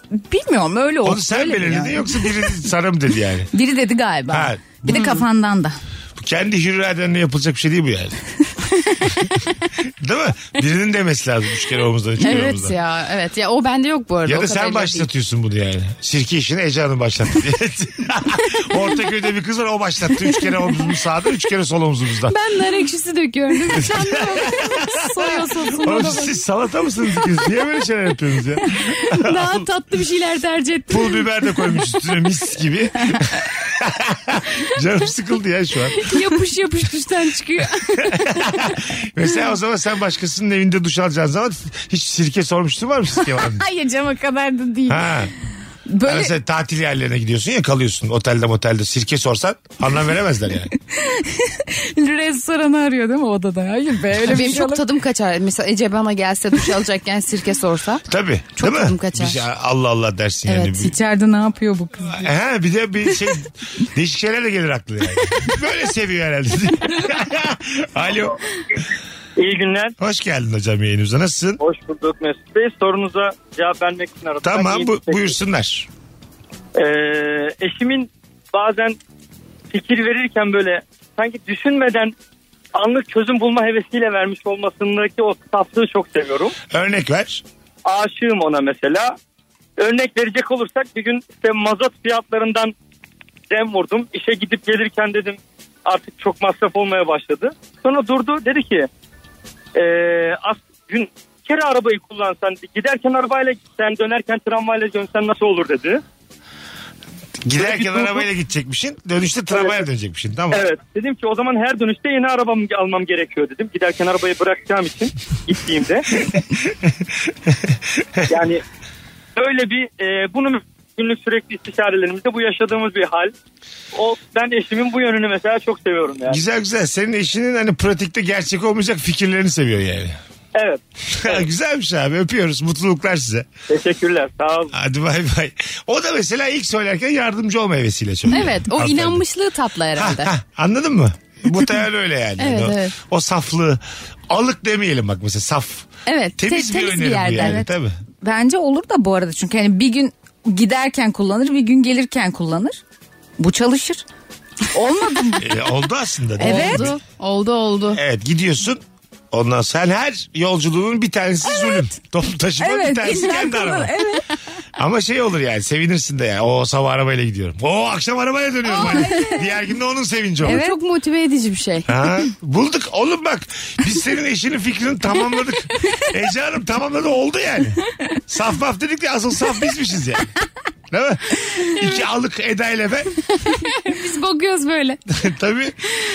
bilmiyorum öyle oldu. Onu sen öyle belirledin yani. yoksa biri sana mı dedi yani? Biri dedi galiba. Ha. Bir de kafandan da. Kendi hür iradenle yapılacak bir şey değil bu yani. Değil mi? Birinin demesi lazım üç kere omuzdan üç kere Evet omuzdan. ya evet ya o bende yok bu arada. Ya o da sen kadarıyla değil. başlatıyorsun bunu yani. Sirke işini Ece Hanım başlattı diye. Ortaköy'de bir kız var o başlattı. Üç kere omuzumuz sağda üç kere sol omuzumuzda. Ben nar ekşisi döküyorum değil mi? Sen de soya sosuna Oğlum da siz salata mısınız ikiniz? Niye böyle şeyler yapıyorsunuz ya? daha tatlı bir şeyler tercih ettim. Pul biber de koymuş üstüne mis gibi. Canım sıkıldı ya şu an. Yapış yapış duştan çıkıyor. Mesela o zaman sen başkasının evinde duş alacağın zaman hiç sirke sormuştun var mı sirke var mı? Hayır cama kadar da değil. Ha. Böyle Mesela tatil yerlerine gidiyorsun ya kalıyorsun otelde motelde sirke sorsan anlam veremezler yani. restoranı arıyor değil mi odada? Hayır be öyle bir Benim şey çok olur. tadım kaçar. Mesela Ece bana gelse duş alacakken sirke sorsa. Tabii. Çok değil mi? tadım kaçar. Bir şey, Allah Allah dersin yani. Evet. Bir- İçeride ne yapıyor bu kız? He, bir de bir şey değişik şeyler de gelir aklına yani. Böyle seviyor herhalde. Alo. İyi günler. Hoş geldin hocam yayınımıza. Nasılsın? Hoş bulduk Mesut Bey. Sorunuza cevap vermek için aradım. Tamam Ben bu, iyi- buyursunlar. Ee, eşimin bazen fikir verirken böyle sanki düşünmeden anlık çözüm bulma hevesiyle vermiş olmasındaki o saflığı çok seviyorum. Örnek ver. Aşığım ona mesela. Örnek verecek olursak bir gün işte mazot fiyatlarından dem vurdum. İşe gidip gelirken dedim artık çok masraf olmaya başladı. Sonra durdu dedi ki e, az gün bir kere arabayı kullansan giderken arabayla gitsen dönerken tramvayla dönsen nasıl olur dedi. Giderken Böyle bir arabayla gidecekmişsin. Dönüşte tramvaya Evet. dönecekmişsin. Tamam. Evet dedim ki o zaman her dönüşte yeni arabamı almam gerekiyor dedim. Giderken arabayı bırakacağım için gittiğimde. Yani böyle bir e, bunu günlük sürekli istişarelerimizde bu yaşadığımız bir hal. O ben eşimin bu yönünü mesela çok seviyorum yani. Güzel güzel. Senin eşinin hani pratikte gerçek olmayacak fikirlerini seviyor yani. Evet. Güzelmiş abi öpüyoruz. Mutluluklar size. Teşekkürler. Sağ olun. Hadi bay bay. O da mesela ilk söylerken yardımcı olma hevesiyle söylüyor. Evet o Hanımefendi. inanmışlığı tatlı herhalde. Ha, ha, anladın mı? Muhtemelen öyle yani. Evet, o, evet. o saflığı alık demeyelim bak mesela saf. Evet Temiz te- bir temiz bir öneri bu yerden. yani Evet. tabii. Bence olur da bu arada çünkü hani bir gün giderken kullanır bir gün gelirken kullanır. Bu çalışır. Olmadı mı? E, oldu aslında. Evet. Oldu oldu oldu. Evet gidiyorsun. Ondan sonra sen her yolculuğun bir tanesi zulüm. Toplu taşıma bir Evet. tanesi illa kendi kullan- araba. Evet. Ama şey olur yani sevinirsin de ya. O sabah arabayla gidiyorum. O akşam arabayla dönüyorum. hani. Diğer gün de onun sevinci olur. Evet. Çok motive edici bir şey. Ha, bulduk oğlum bak biz senin eşinin fikrini tamamladık. Ece Hanım tamamladı oldu yani. Saf maf dedik de asıl saf bizmişiz yani. Değil mi? İki alık Eda ile ben. Biz bakıyoruz böyle. Tabii.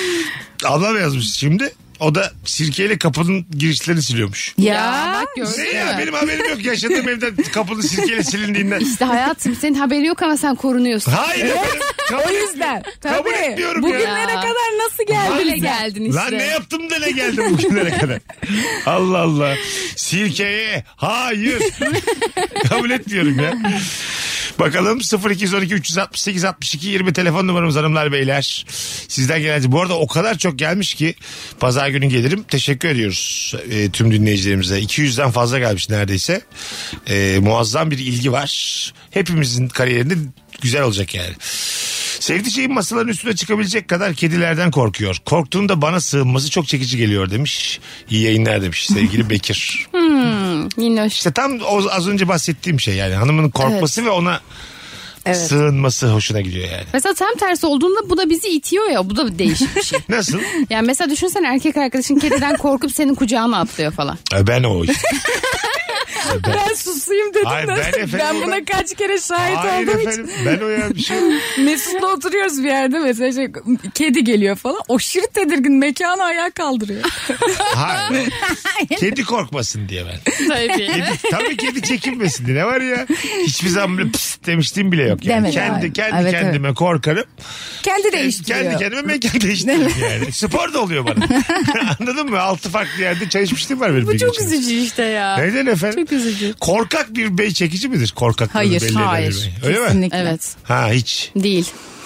Ablam yazmış şimdi. O da sirkeyle kapının girişlerini siliyormuş. Ya, bak gördün Ne mü? ya benim haberim yok yaşadığım evden kapının sirkeyle silindiğinden. İşte hayatım senin haberin yok ama sen korunuyorsun. Hayır efendim. Kabul, o yüzden. kabul Tabii. etmiyorum Bugünlere ya. kadar nasıl geldin? Öyle sen? geldin işte. Lan ne yaptım da ne geldim bugünlere kadar. Allah Allah. Sirkeye hayır. Kabul etmiyorum ya. Bakalım sıfır iki on iki üç altı sekiz altmış iki yirmi telefon numaramız hanımlar beyler. Sizden gelen bu arada o kadar çok gelmiş ki pazar günü gelirim. Teşekkür ediyoruz e, tüm dinleyicilerimize. iki yüzden fazla gelmiş neredeyse. E, muazzam bir ilgi var. Hepimizin kariyerinde güzel olacak yani. Sevdiceğim masaların üstüne çıkabilecek kadar kedilerden korkuyor. Korktuğunda bana sığınması çok çekici geliyor demiş. İyi yayınlar demiş sevgili Bekir. Hmm, minnoş. İşte tam o az önce bahsettiğim şey yani hanımın korkması ve ona sığınması hoşuna gidiyor yani. Mesela tam tersi olduğunda bu da bizi itiyor ya, bu da değişik bir şey. Nasıl? Yani mesela düşünsene erkek arkadaşın kediden korkup senin kucağına atlıyor falan. E, Ben o. Ben susayım dedim Hayır, de. ben efendim Ben o buna ben- kaç kere şahit Hayır olduğum için. efendim ben o ya bir şey. Mesut'la oturuyoruz bir yerde mesela şey, kedi geliyor falan. Aşırı tedirgin mekanı ayağa kaldırıyor. Hayır. Kedi korkmasın diye ben. Tabii. Kedi, tabii kedi çekinmesin diye. Ne var ya? Hiçbir zaman böyle pıs demiştiğim bile yok. Yani. Demedi Kendi, abi. kendi Evet, kendime korkarım. Kendi değiştiriyor. Kendi kendime mekan değiştiririm yani. Spor da oluyor bana. Anladın mı? Altı farklı yerde çay içmişliğim var benim. Bu bir çok gün içinde. üzücü işte ya. Neden efendim? Çok üzücü. Korkak bir bey çekici midir? Korkak Hayır, belli eden hayır. bir bey. Öyle mi? Kesinlikle. Evet. Ha hiç. Değil.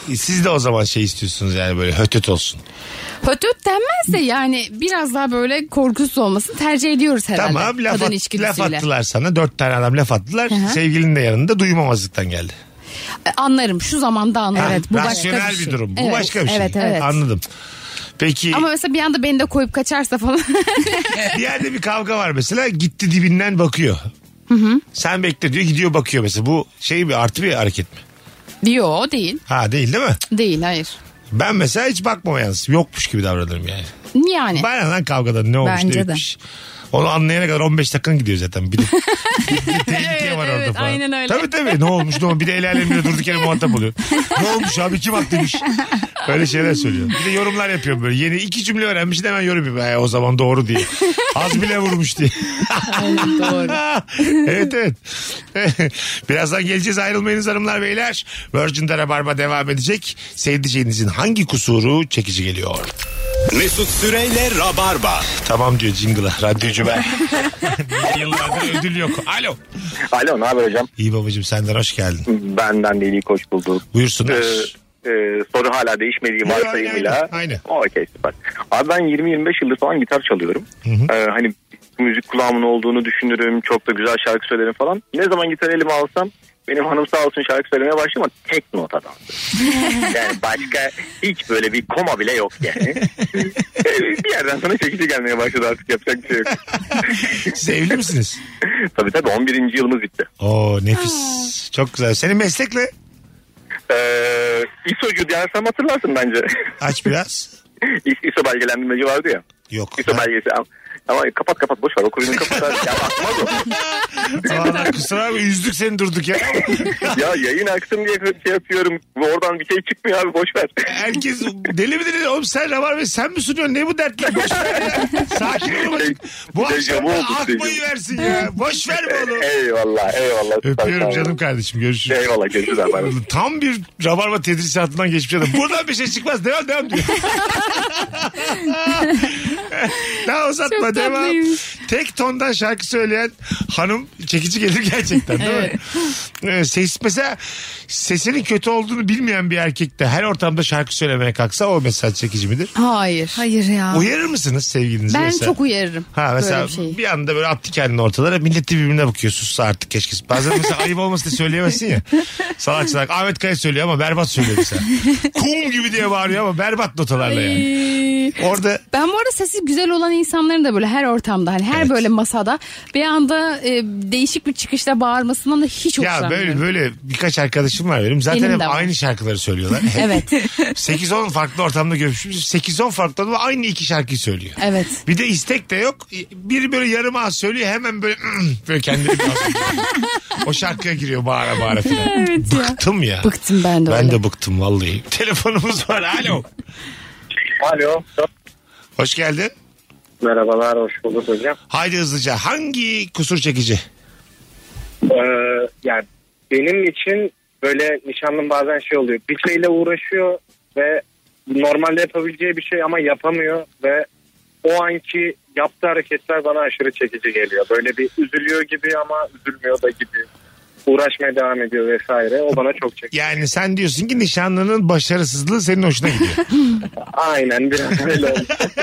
Siz de o zaman şey istiyorsunuz yani böyle höt höt olsun. Höt höt denmez de yani biraz daha böyle korkusuz olmasını tercih ediyoruz herhalde. Tamam laf, Kadın at, laf attılar sana. Dört tane adam laf attılar. Hı-hı. Sevgilinin de yanında duymamazlıktan geldi. Anlarım şu zamanda anlarım. Ha, evet, bu rasyonel başka bir, bir şey. durum. Bu evet, başka bir şey. Evet, evet. Anladım. Peki. Ama mesela bir anda beni de koyup kaçarsa falan. Bir yerde bir kavga var mesela gitti dibinden bakıyor. Hı hı. Sen bekle diyor gidiyor bakıyor mesela. Bu şey bir artı bir hareket mi? Yok değil. Ha değil değil mi? Değil hayır. Ben mesela hiç bakmam yalnız. Yokmuş gibi davranırım yani. Yani. Bana lan kavgadan ne olmuş Bence ne bitmiş. Onu anlayana kadar on beş dakikan gidiyor zaten. Bir de bir, bir tehlike evet, var orada evet, falan. Aynen öyle. Tabii tabii ne olmuş ne olmuş. Bir de el alemine durduk yere muhatap oluyor. Ne olmuş abi kim haklıymış. Öyle şeyler söylüyor. Bir de yorumlar yapıyorum böyle. Yeni iki cümle öğrenmiş de hemen yorum yapıyor. E, o zaman doğru diye. Az bile vurmuş diye. Aynen doğru. Evet evet. Birazdan geleceğiz ayrılmayınız hanımlar beyler. Virgin'de Rabarba devam edecek. Sevdiceğinizin hangi kusuru çekici geliyor? Mesut Süreyle Rabarba. Tamam diyor jingle'a. Radyocu ben. Yıllardır ödül yok. Alo. Alo ne haber hocam? İyi babacığım senden hoş geldin. Benden de iyi hoş bulduk. Buyursunlar. Ee, e, soru hala değişmediği varsayımıyla. Aynen. Okey süper. Abi ben yirmi yirmi beş yıldır falan gitar çalıyorum. Hı hı. Ee, hani müzik kulağımın olduğunu düşünürüm. Çok da güzel şarkı söylerim falan. Ne zaman gitar elime alsam benim hanım sağ olsun şarkı söylemeye başlıyor ama tek notadan. Yani başka hiç böyle bir koma bile yok yani. Bir yerden sonra çekici gelmeye başladı artık yapacak bir şey yok. Siz evli misiniz? Tabii tabii on birinci yılımız bitti. Oo nefis. Çok güzel. Senin meslek ne? Ee, İSO'cu dersem hatırlarsın bence. Aç biraz. İSO belgelendirmeci vardı ya. Yok. İSO belgesi ama, ama kapat kapat boş ver o kurunu kapat. Ya atmaz o. Valla kusura bakma üzdük seni durduk ya. Ya yayın aksın diye şey yapıyorum. Oradan bir şey çıkmıyor abi boş ver. Herkes deli mi deli? Oğlum sen Rabar ve sen mi sunuyorsun? Ne bu dertler? Boş ver ya. Sakin ol bacım. Bu akşam akmayı versin ya. Boş ver mi oğlum? Eyvallah eyvallah. Öpüyorum canım kardeşim. Görüşürüz. Eyvallah görüşürüz abi. Tam bir Rabarba tedrisatından geçmiş adam. Buradan bir şey çıkmaz. Devam devam diyor. Daha uzatma Çok devam. tatlıymış. Tek tondan şarkı söyleyen hanım çekici gelir gerçekten değil Evet. mi? Ee, ses, mesela sesinin kötü olduğunu bilmeyen bir erkek de her ortamda şarkı söylemeye kalksa o mesela çekici midir? Hayır. Hayır ya. Uyarır mısınız sevgilinizi Ben mesela? çok uyarırım. Ha mesela böyle bir, şeyi. bir anda böyle attı kendini ortalara millet de birbirine bakıyor sussa artık keşke. Bazen mesela ayıp olmasın da söyleyemezsin ya. Sanatçılar Ahmet Kaya söylüyor ama berbat söylüyor mesela. Kum gibi diye bağırıyor ama berbat notalarla yani. Orada Ben bu arada sesi güzel olan insanların da böyle her ortamda hani her Evet. böyle masada bir anda e, değişik bir çıkışla bağırmasından da hiç ya hoşlanmıyorum. böyle böyle birkaç arkadaşım var benim. Zaten Benim hep de var. aynı şarkıları söylüyorlar. Hep Evet. sekiz on farklı ortamda görüşmüşüz. sekiz on farklı ortamda aynı iki şarkıyı söylüyor. Evet. Bir de istek de yok. Biri böyle yarım ağız söylüyor hemen böyle böyle kendini bir ağız o şarkıya giriyor bağıra bağıra falan. Evet ya. Bıktım ya. Bıktım ben de Ben öyle. de bıktım vallahi. Telefonumuz var. Alo. Alo. Hoş geldin. Merhabalar hoş bulduk hocam. Haydi hızlıca. Hangi kusur çekici? Ee, yani benim için böyle nişanlım bazen şey oluyor. Bir şeyle uğraşıyor ve normalde yapabileceği bir şey ama yapamıyor ve o anki yaptığı hareketler bana aşırı çekici geliyor. Böyle bir üzülüyor gibi ama üzülmüyor da gibi. Uğraşmaya devam ediyor vesaire. O bana çok çekici. Yani sen diyorsun ki nişanlının başarısızlığı senin hoşuna gidiyor. Aynen biraz öyle oldu.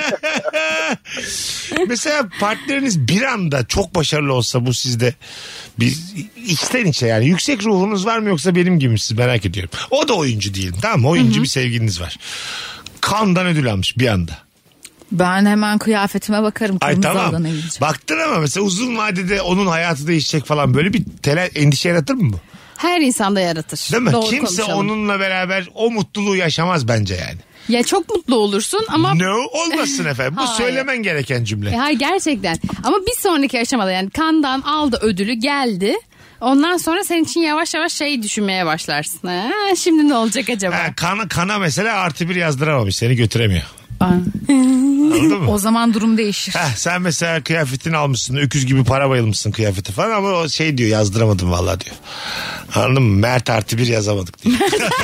Mesela partneriniz bir anda çok başarılı olsa bu sizde bir içten içe yani yüksek ruhunuz var mı yoksa benim gibi misiniz merak ediyorum. O da oyuncu diyelim tamam mı? Oyuncu bir sevgiliniz var. Kandan ödül almış bir anda. Ben hemen kıyafetime bakarım. Ay Kırmızı tamam. alana gideceğim. Baktın ama mesela uzun vadede onun hayatı değişecek falan böyle bir tele, endişe yaratır mı bu? Her insanda yaratır. Değil mi? Doğru Kimse konuşalım. onunla beraber o mutluluğu yaşamaz bence yani. Ya çok mutlu olursun ama... No olmasın efendim. Bu Hayır. söylemen gereken cümle. E, hayır gerçekten. Ama bir sonraki aşamada yani kandan aldı ödülü geldi. Ondan sonra senin için yavaş yavaş şey düşünmeye başlarsın. Ha, şimdi ne olacak acaba? Ha, kana, kana mesela artı bir yazdıramamış seni götüremiyor. Anladın mı? O zaman durum değişir. Heh, sen mesela kıyafetini almışsın öküz gibi para bayılmışsın kıyafeti falan ama o şey diyor yazdıramadım vallahi diyor. Anladın mı? Mert artı bir yazamadık diyor.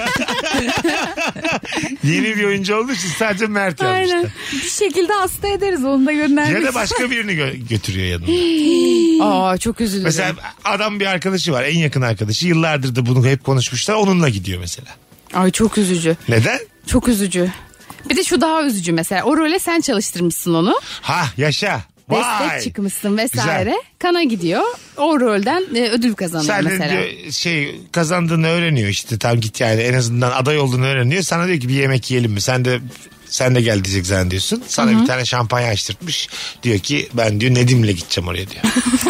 Yeni bir oyuncu olduğu için sadece Mert yazmışlar. Aynen. Bir şekilde hasta ederiz onu da göndermek. Ya da başka birini gö- götürüyor yanına. Aa çok üzülürüm. Mesela adam bir arkadaşı var en yakın arkadaşı yıllardır da bunu hep konuşmuşlar onunla gidiyor mesela. Ay çok üzücü. Neden? Çok üzücü. Bir de şu daha üzücü mesela. O role sen çalıştırmışsın onu. Ha yaşa. Vay. Destek çıkmışsın vesaire. Güzel. Kana gidiyor. O rolden e, ödül kazanıyor Sen mesela. de diyor, şey kazandığını öğreniyor işte tam git yani en azından aday olduğunu öğreniyor. Sana diyor ki bir yemek yiyelim mi? Sen de sen de gel diyecek zannediyorsun. Sana Hı-hı. bir tane şampanya açtırtmış. Diyor ki ben diyor Nedim'le gideceğim oraya diyor.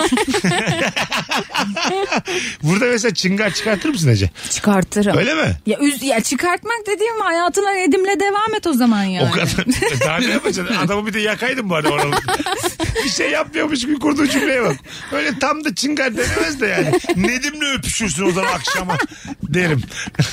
Burada mesela çıngar çıkartır mısın Ece? Çıkartırım. Öyle mi? Ya, üz, ya çıkartmak dediğim hayatına Nedim'le devam et o zaman yani. O kadar. Daha ne yapacaksın? Adamı bir de yakaydın bu arada oralı. Bir şey yapmıyormuş gibi kurduğu cümleye bak. Öyle tam da çıngar denemez de yani. Nedim'le öpüşürsün o zaman akşama derim.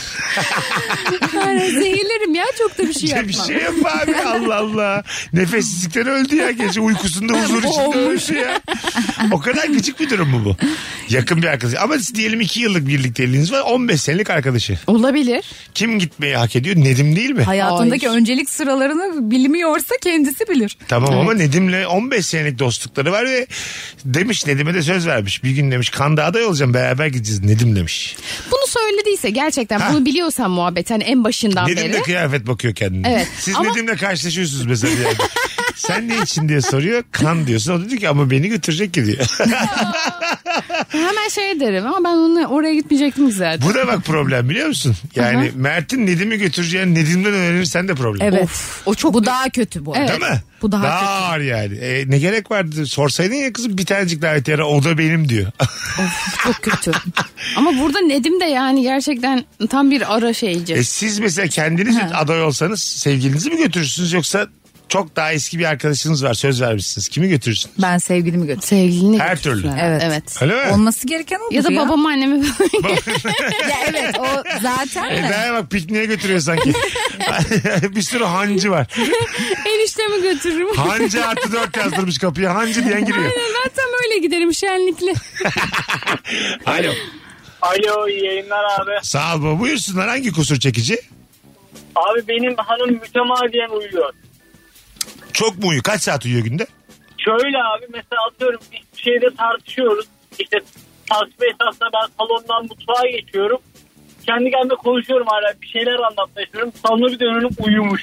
Yani zehirlerim ya çok da bir şey yapmam. Bir şey yap abi Allah Allah. Nefessizlikten öldü ya gece uykusunda huzur içinde ölmüş ya. O kadar küçük bir durum mu bu? Yakın bir arkadaş. Ama diyelim iki yıllık birlikteliğiniz var. on beş senelik arkadaşı. Olabilir. Kim gitmeyi hak ediyor? Nedim değil mi? Hayatındaki Hayır. öncelik sıralarını bilmiyorsa kendisi bilir. Tamam Evet. ama Nedim'le on beş senelik dostlukları var ve demiş Nedim'e de söz vermiş. Bir gün demiş Kanda aday olacağım beraber gideceğiz Nedim demiş. Bunu söylediyse gerçekten Ha. bunu biliyorsan muhabbet hani en başından Nedim beri. de kıyafet bakıyor kendine. Evet. Siz Ama- Nedim'le karşılaşıyorsunuz mesela yani. Sen ne için diye soruyor. Kan diyorsun. O da diyor ki ama beni götürecek ki diyor. Hemen şey derim ama ben onunla oraya gitmeyecektim ki zaten. Bu da bak problem biliyor musun? Yani Hı hı. Mert'in Nedim'i götüreceğini Nedim'den öğrenirsen de problem. Evet. Of, o çok Bu daha kötü bu. Evet. Değil mi? Bu daha kötü. ağır yani. E, ne gerek vardı? Sorsaydın ya kızım bir tanecik davetiye o da benim diyor. Of, çok kötü. Ama burada Nedim de yani gerçekten tam bir ara şeyci. e, siz mesela kendiniz aday olsanız sevgilinizi mi götürürsünüz yoksa çok daha eski bir arkadaşınız var söz vermişsiniz. Kimi götürürsünüz? Ben sevgilimi götür. Sevgilini Her götürsün. türlü. Evet. Evet. Öyle mi? Olması gereken olur Ya da ya. babam annemi Ya evet o zaten de. Eda'ya bak pikniğe götürüyor sanki. Bir sürü hancı var. eniştemi götürürüm. Hancı artı dört yazdırmış kapıya. Hancı diyen giriyor. Aynen ben tam öyle giderim şenlikli. Alo. Alo iyi yayınlar abi. Sağ ol baba. Buyursunlar hangi kusur çekici? Abi benim hanım mütemadiyen uyuyor. Çok mu uyuyor? Kaç saat uyuyor günde? Şöyle abi mesela atıyorum bir şeyde tartışıyoruz. İşte tartışma esasında ben salondan mutfağa geçiyorum. Kendi kendime konuşuyorum hala bir şeyler anlatmaya çalışıyorum. Salona bir dönüyorum uyumuş.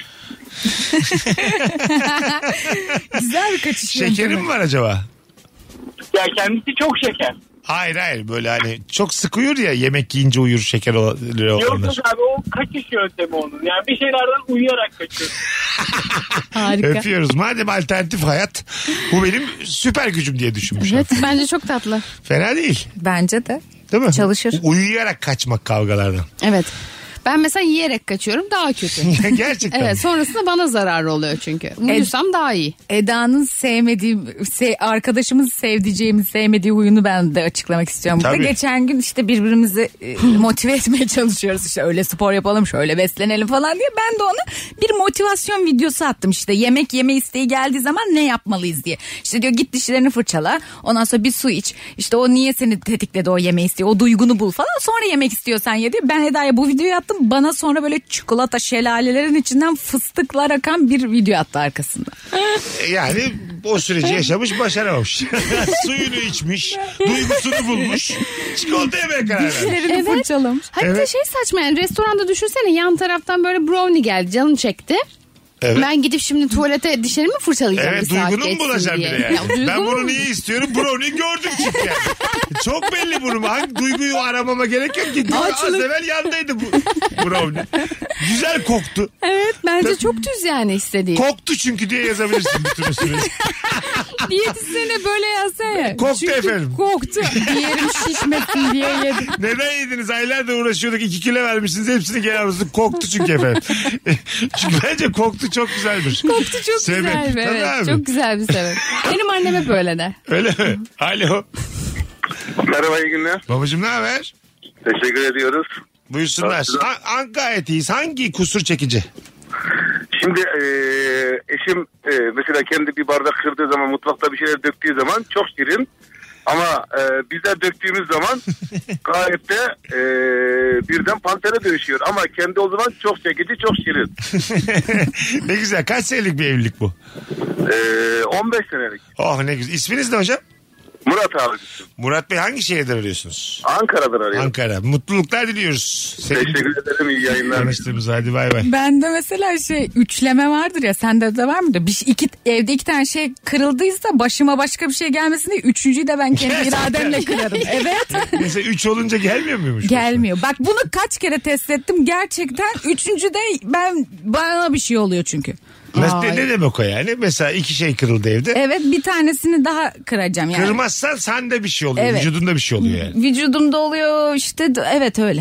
Güzel bir kaçış Şekerim yöntemi. var acaba? Ya kendisi çok şeker. Hayır hayır böyle hani çok sık uyur ya yemek yiyince uyur şeker oluyor Yok onlar. abi o kaçış yöntemi onun. Yani bir şeylerden uyuyarak kaçıyor. Harika. Öpüyoruz. Madem alternatif hayat bu benim süper gücüm diye düşünmüş. Evet bence çok tatlı. Fena değil. Bence de. Değil mi? Çalışır. U- Uyuyarak kaçmak kavgalardan. Evet. Ben mesela yiyerek kaçıyorum daha kötü. Gerçekten. Evet sonrasında bana zararı oluyor çünkü. Uyursam daha iyi. Eda'nın sevmediği, se- arkadaşımız sevdiceğimiz sevmediği huyunu ben de açıklamak istiyorum. Burada Tabii. geçen gün işte birbirimizi e, motive etmeye çalışıyoruz. İşte öyle spor yapalım, şöyle beslenelim falan diye. Ben de ona bir motivasyon videosu attım. İşte yemek yeme isteği geldiği zaman ne yapmalıyız diye. İşte diyor git dişlerini fırçala. Ondan sonra bir su iç. İşte o niye seni tetikledi o yeme isteği. O duygunu bul falan. Sonra yemek istiyorsan ye diye. Ben Eda'ya bu videoyu attım. Bana sonra böyle çikolata şelalelerin içinden fıstıklar akan bir video attı arkasında. Yani o süreci yaşamış başaramamış. Suyunu içmiş, duygusunu bulmuş. Çikolata yemeye karar vermiş. Dişlerini Evet. fırçalamış. Hatta Evet. şey saçma yani restoranda düşünsene yan taraftan böyle brownie geldi canın çekti. Evet. Ben gidip şimdi tuvalete dişlerimi fırçalayacağım Evet bir saat duygunu mu geçsin bulacaksın diye. bir de yani? Ya, duygu Ben bunu mu? niye istiyorum? Brownie gördüm çünkü yani. Çok belli bunu. Hangi duyguyu aramama gerek yok ki. Az evvel yandaydı bu brownie. Güzel koktu. Evet bence çok düz yani istediği. Koktu çünkü diye yazabilirsin bütün süreci. Diyetisyene böyle yazsana ya. Koktu Çünkü efendim. Koktu. Diğerim şişmesin diye yedim. Neden yediniz? Aylardır uğraşıyorduk. iki kilo vermişsiniz. Hepsini geri almışsınız. Koktu çünkü efendim. Çünkü bence koktu çok güzeldir. Koktu çok Sebep. güzel bir Tabii evet. abi. Çok güzel bir sebep. Benim annem hep öyle der. Öyle mi? Alo. Merhaba iyi günler. Babacığım ne haber? Teşekkür ediyoruz. Buyursunlar. Ha, ha, gayet iyiyiz. Hangi kusur çekici? Şimdi e, eşim e, mesela kendi bir bardak kırdığı zaman mutfakta bir şeyler döktüğü zaman çok şirin. Ama e, bizler döktüğümüz zaman gayet de e, birden pantere dönüşüyor. Ama kendi o zaman çok çekici, çok şirin. Ne güzel. Kaç senelik bir evlilik bu? E, on beş senelik. Oh ne güzel. İsminiz ne hocam? Murat Murat abi. Murat Bey hangi şehirden arıyorsunuz? Ankara'dan arıyorum. Ankara. Mutluluklar diliyoruz. Teşekkür ederim, iyi yayınlar. Tanıştığımız, hadi bay bay. Bende mesela şey üçleme vardır ya, sende de var mıdır? Bir, iki, evde iki tane şey kırıldıysa başıma başka bir şey gelmesin diye üçüncüyü de ben kendi irademle kırarım. Evet. Mesela üç olunca gelmiyor muymuş? Gelmiyor. Bak bunu kaç kere test ettim. Gerçekten üçüncüde ben bana bir şey oluyor çünkü. Mesela ne, ne demek o yani? Mesela iki şey kırıldı evde. Evet, bir tanesini daha kıracağım yani. Kırmazsan sende bir şey oluyor. Evet. Vücudunda bir şey oluyor yani. Vücudumda oluyor işte, evet öyle.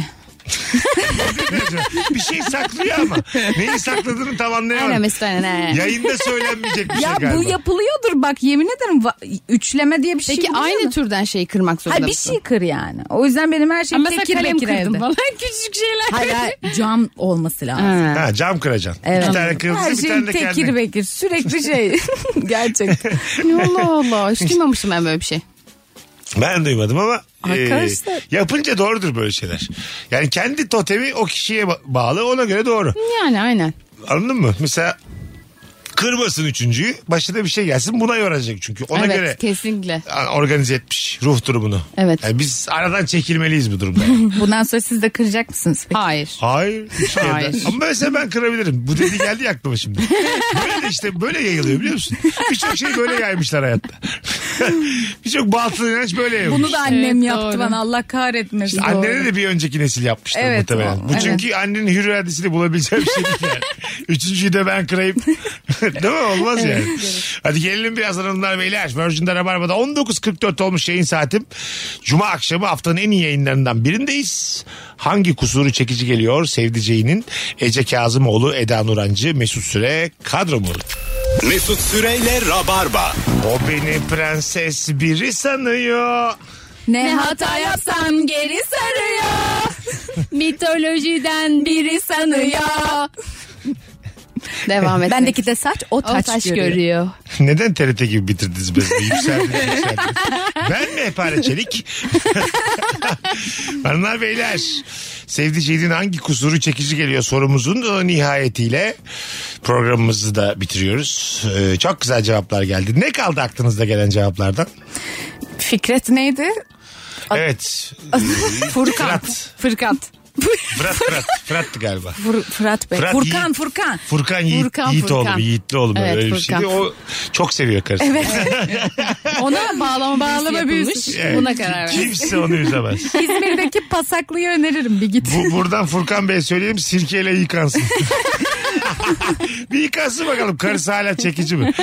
Bir şey saklıyor ama neyi sakladığını tam anlayamadım. Aynen mesela ne? Yayında söylenmeyecek bir Ya şey galiba. bu yapılıyordur bak, yemin ederim va- üçleme diye bir şey. Peki aynı mu? türden şeyi kırmak zorunda Ha, bir mısın? şey kır yani. O yüzden benim her şeyim Mesela tekir kalem bekir kırdım evde. falan küçücük şeyler. Hayır, hayır, cam olması lazım. Ha. Ha, cam kıracaksın. Evet. Bir tane kırıldı, Her bir şeyim tane de tekir kendine. bekir. Sürekli şey. Gerçekten. Allah Allah, hiç duymamıştım ben böyle bir şey. Ben duymadım ama Arkadaşlar. e, yapınca doğrudur böyle şeyler. Yani kendi totemi o kişiye ba- bağlı, ona göre doğru. Yani aynen. Anladın mı? Mesela kırmasın üçüncüyü, başına bir şey gelsin, buna yoracak çünkü. Ona Evet, göre kesinlikle. organize etmiş ruh durumunu. Evet. Yani biz aradan çekilmeliyiz bu durumda. Bundan sonra siz de kıracak mısınız peki? Hayır. Hayır. hiç kere de. Hayır. Ama mesela ben kırabilirim. Bu dedi geldi ya aklıma şimdi. Böyle de işte böyle yayılıyor, biliyor musun? Birçok şey böyle yaymışlar hayatta. Birçok batıl inanç böyle yayılmış. Bunu da annem Evet, yaptı doğru. bana, Allah kahretmesin. Annene de bir önceki nesil yapmıştır Evet, muhtemelen. o, Bu evet. çünkü annenin hür iradesiyle bulabileceği bir şey değil yani. Üçüncüyü de ben kırayım. Değil mi? Olmaz yani. Hadi gelelim biraz hanımlar beyler. Virgin'de Rabarba'da on dokuz kırk dört olmuş yayın saatim. Cuma akşamı haftanın en iyi yayınlarından birindeyiz. Hangi kusuru çekici geliyor sevdiceğinin? Ece Kazımoğlu, Eda Nurancı, Mesut Süre kadromu. Mesut Süreyle Rabarba. O beni prenses biri sanıyor. Ne hata yapsam geri sarıyor. Mitolojiden biri sanıyor. Devam et. Bendeki de saç o O taç, taş görüyor. görüyor. Neden T R T gibi bitirdiniz beni? Yükseldiniz, yükseldiniz. Ben mi Epare Çelik? Hanımlar beyler, sevdiceğinin hangi kusuru çekici geliyor sorumuzun o nihayetiyle programımızı da bitiriyoruz. Ee, çok güzel cevaplar geldi. Ne kaldı aklınızda gelen cevaplardan? Fikret neydi? Evet. Furkan. Fırat. Fırkat. Fırat, Fırat. Fırat'tı galiba. Fır, Fırat Bey. Fırat Furkan, Yiğit. Furkan. Furkan Yiğit, Furkan, Yiğit Furkan. oğlu, Yiğitli oğlu Evet, öyle bir Furkan. şeydi. O çok seviyor karısını. Evet. Ona bağlama bağlama büyüsü yapılmış. Evet. Buna karar ver. Kimse onu üzemez. İzmir'deki Pasaklıyı öneririm, bir git. Bu, buradan Furkan Bey'e söyleyeyim, sirkeyle yıkansın. Bir yıkansın bakalım, karısı hala çekici mi?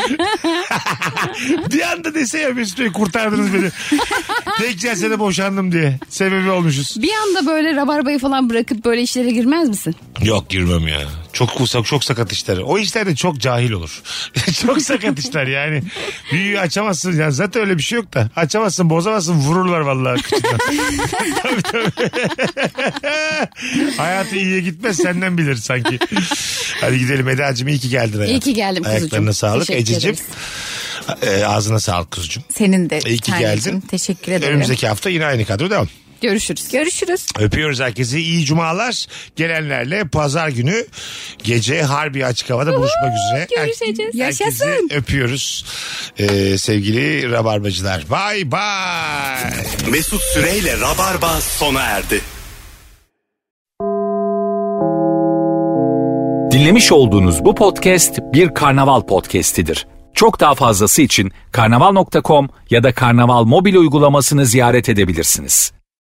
Bir anda dese ya Mesut Bey kurtardınız beni. Tek celsede boşandım diye. Sebebi olmuşuz. Bir anda böyle rabarbayı falan bırakıp böyle işlere girmez misin? Yok, girmem ya. Çok kusak, çok sakat işler. O işlerde çok cahil olur. Çok sakat işler yani. Büyüyü açamazsın. Yani zaten öyle bir şey yok da. Açamazsın, bozamazsın, vururlar vallahi kıçından. Tabii tabii. Hayatı iyiye gitmez, senden bilir sanki. Hadi gidelim Eda'cığım, iyi ki geldin hayatım. İyi ki geldim kuzucuğum. Ayaklarına sağlık. Teşekkür Ececiğim, ederiz. e, ağzına sağlık kuzucuğum. Senin de. İyi ki tanecim. geldin. Teşekkür ederim. Önümüzdeki hafta yine aynı kadro devam. Görüşürüz. Görüşürüz. Öpüyoruz herkesi. İyi cumalar. Gelenlerle pazar günü gece Harbi Açık Hava'da buluşmak üzere. görüşeceğiz. Herkesi Yaşasın. öpüyoruz. Ee, sevgili Rabarbacılar. Bye bye. Mesut Süreyle Rabarba sona erdi. Dinlemiş olduğunuz bu podcast bir karnaval podcastidir. Çok daha fazlası için karnaval nokta com ya da karnaval mobil uygulamasını ziyaret edebilirsiniz.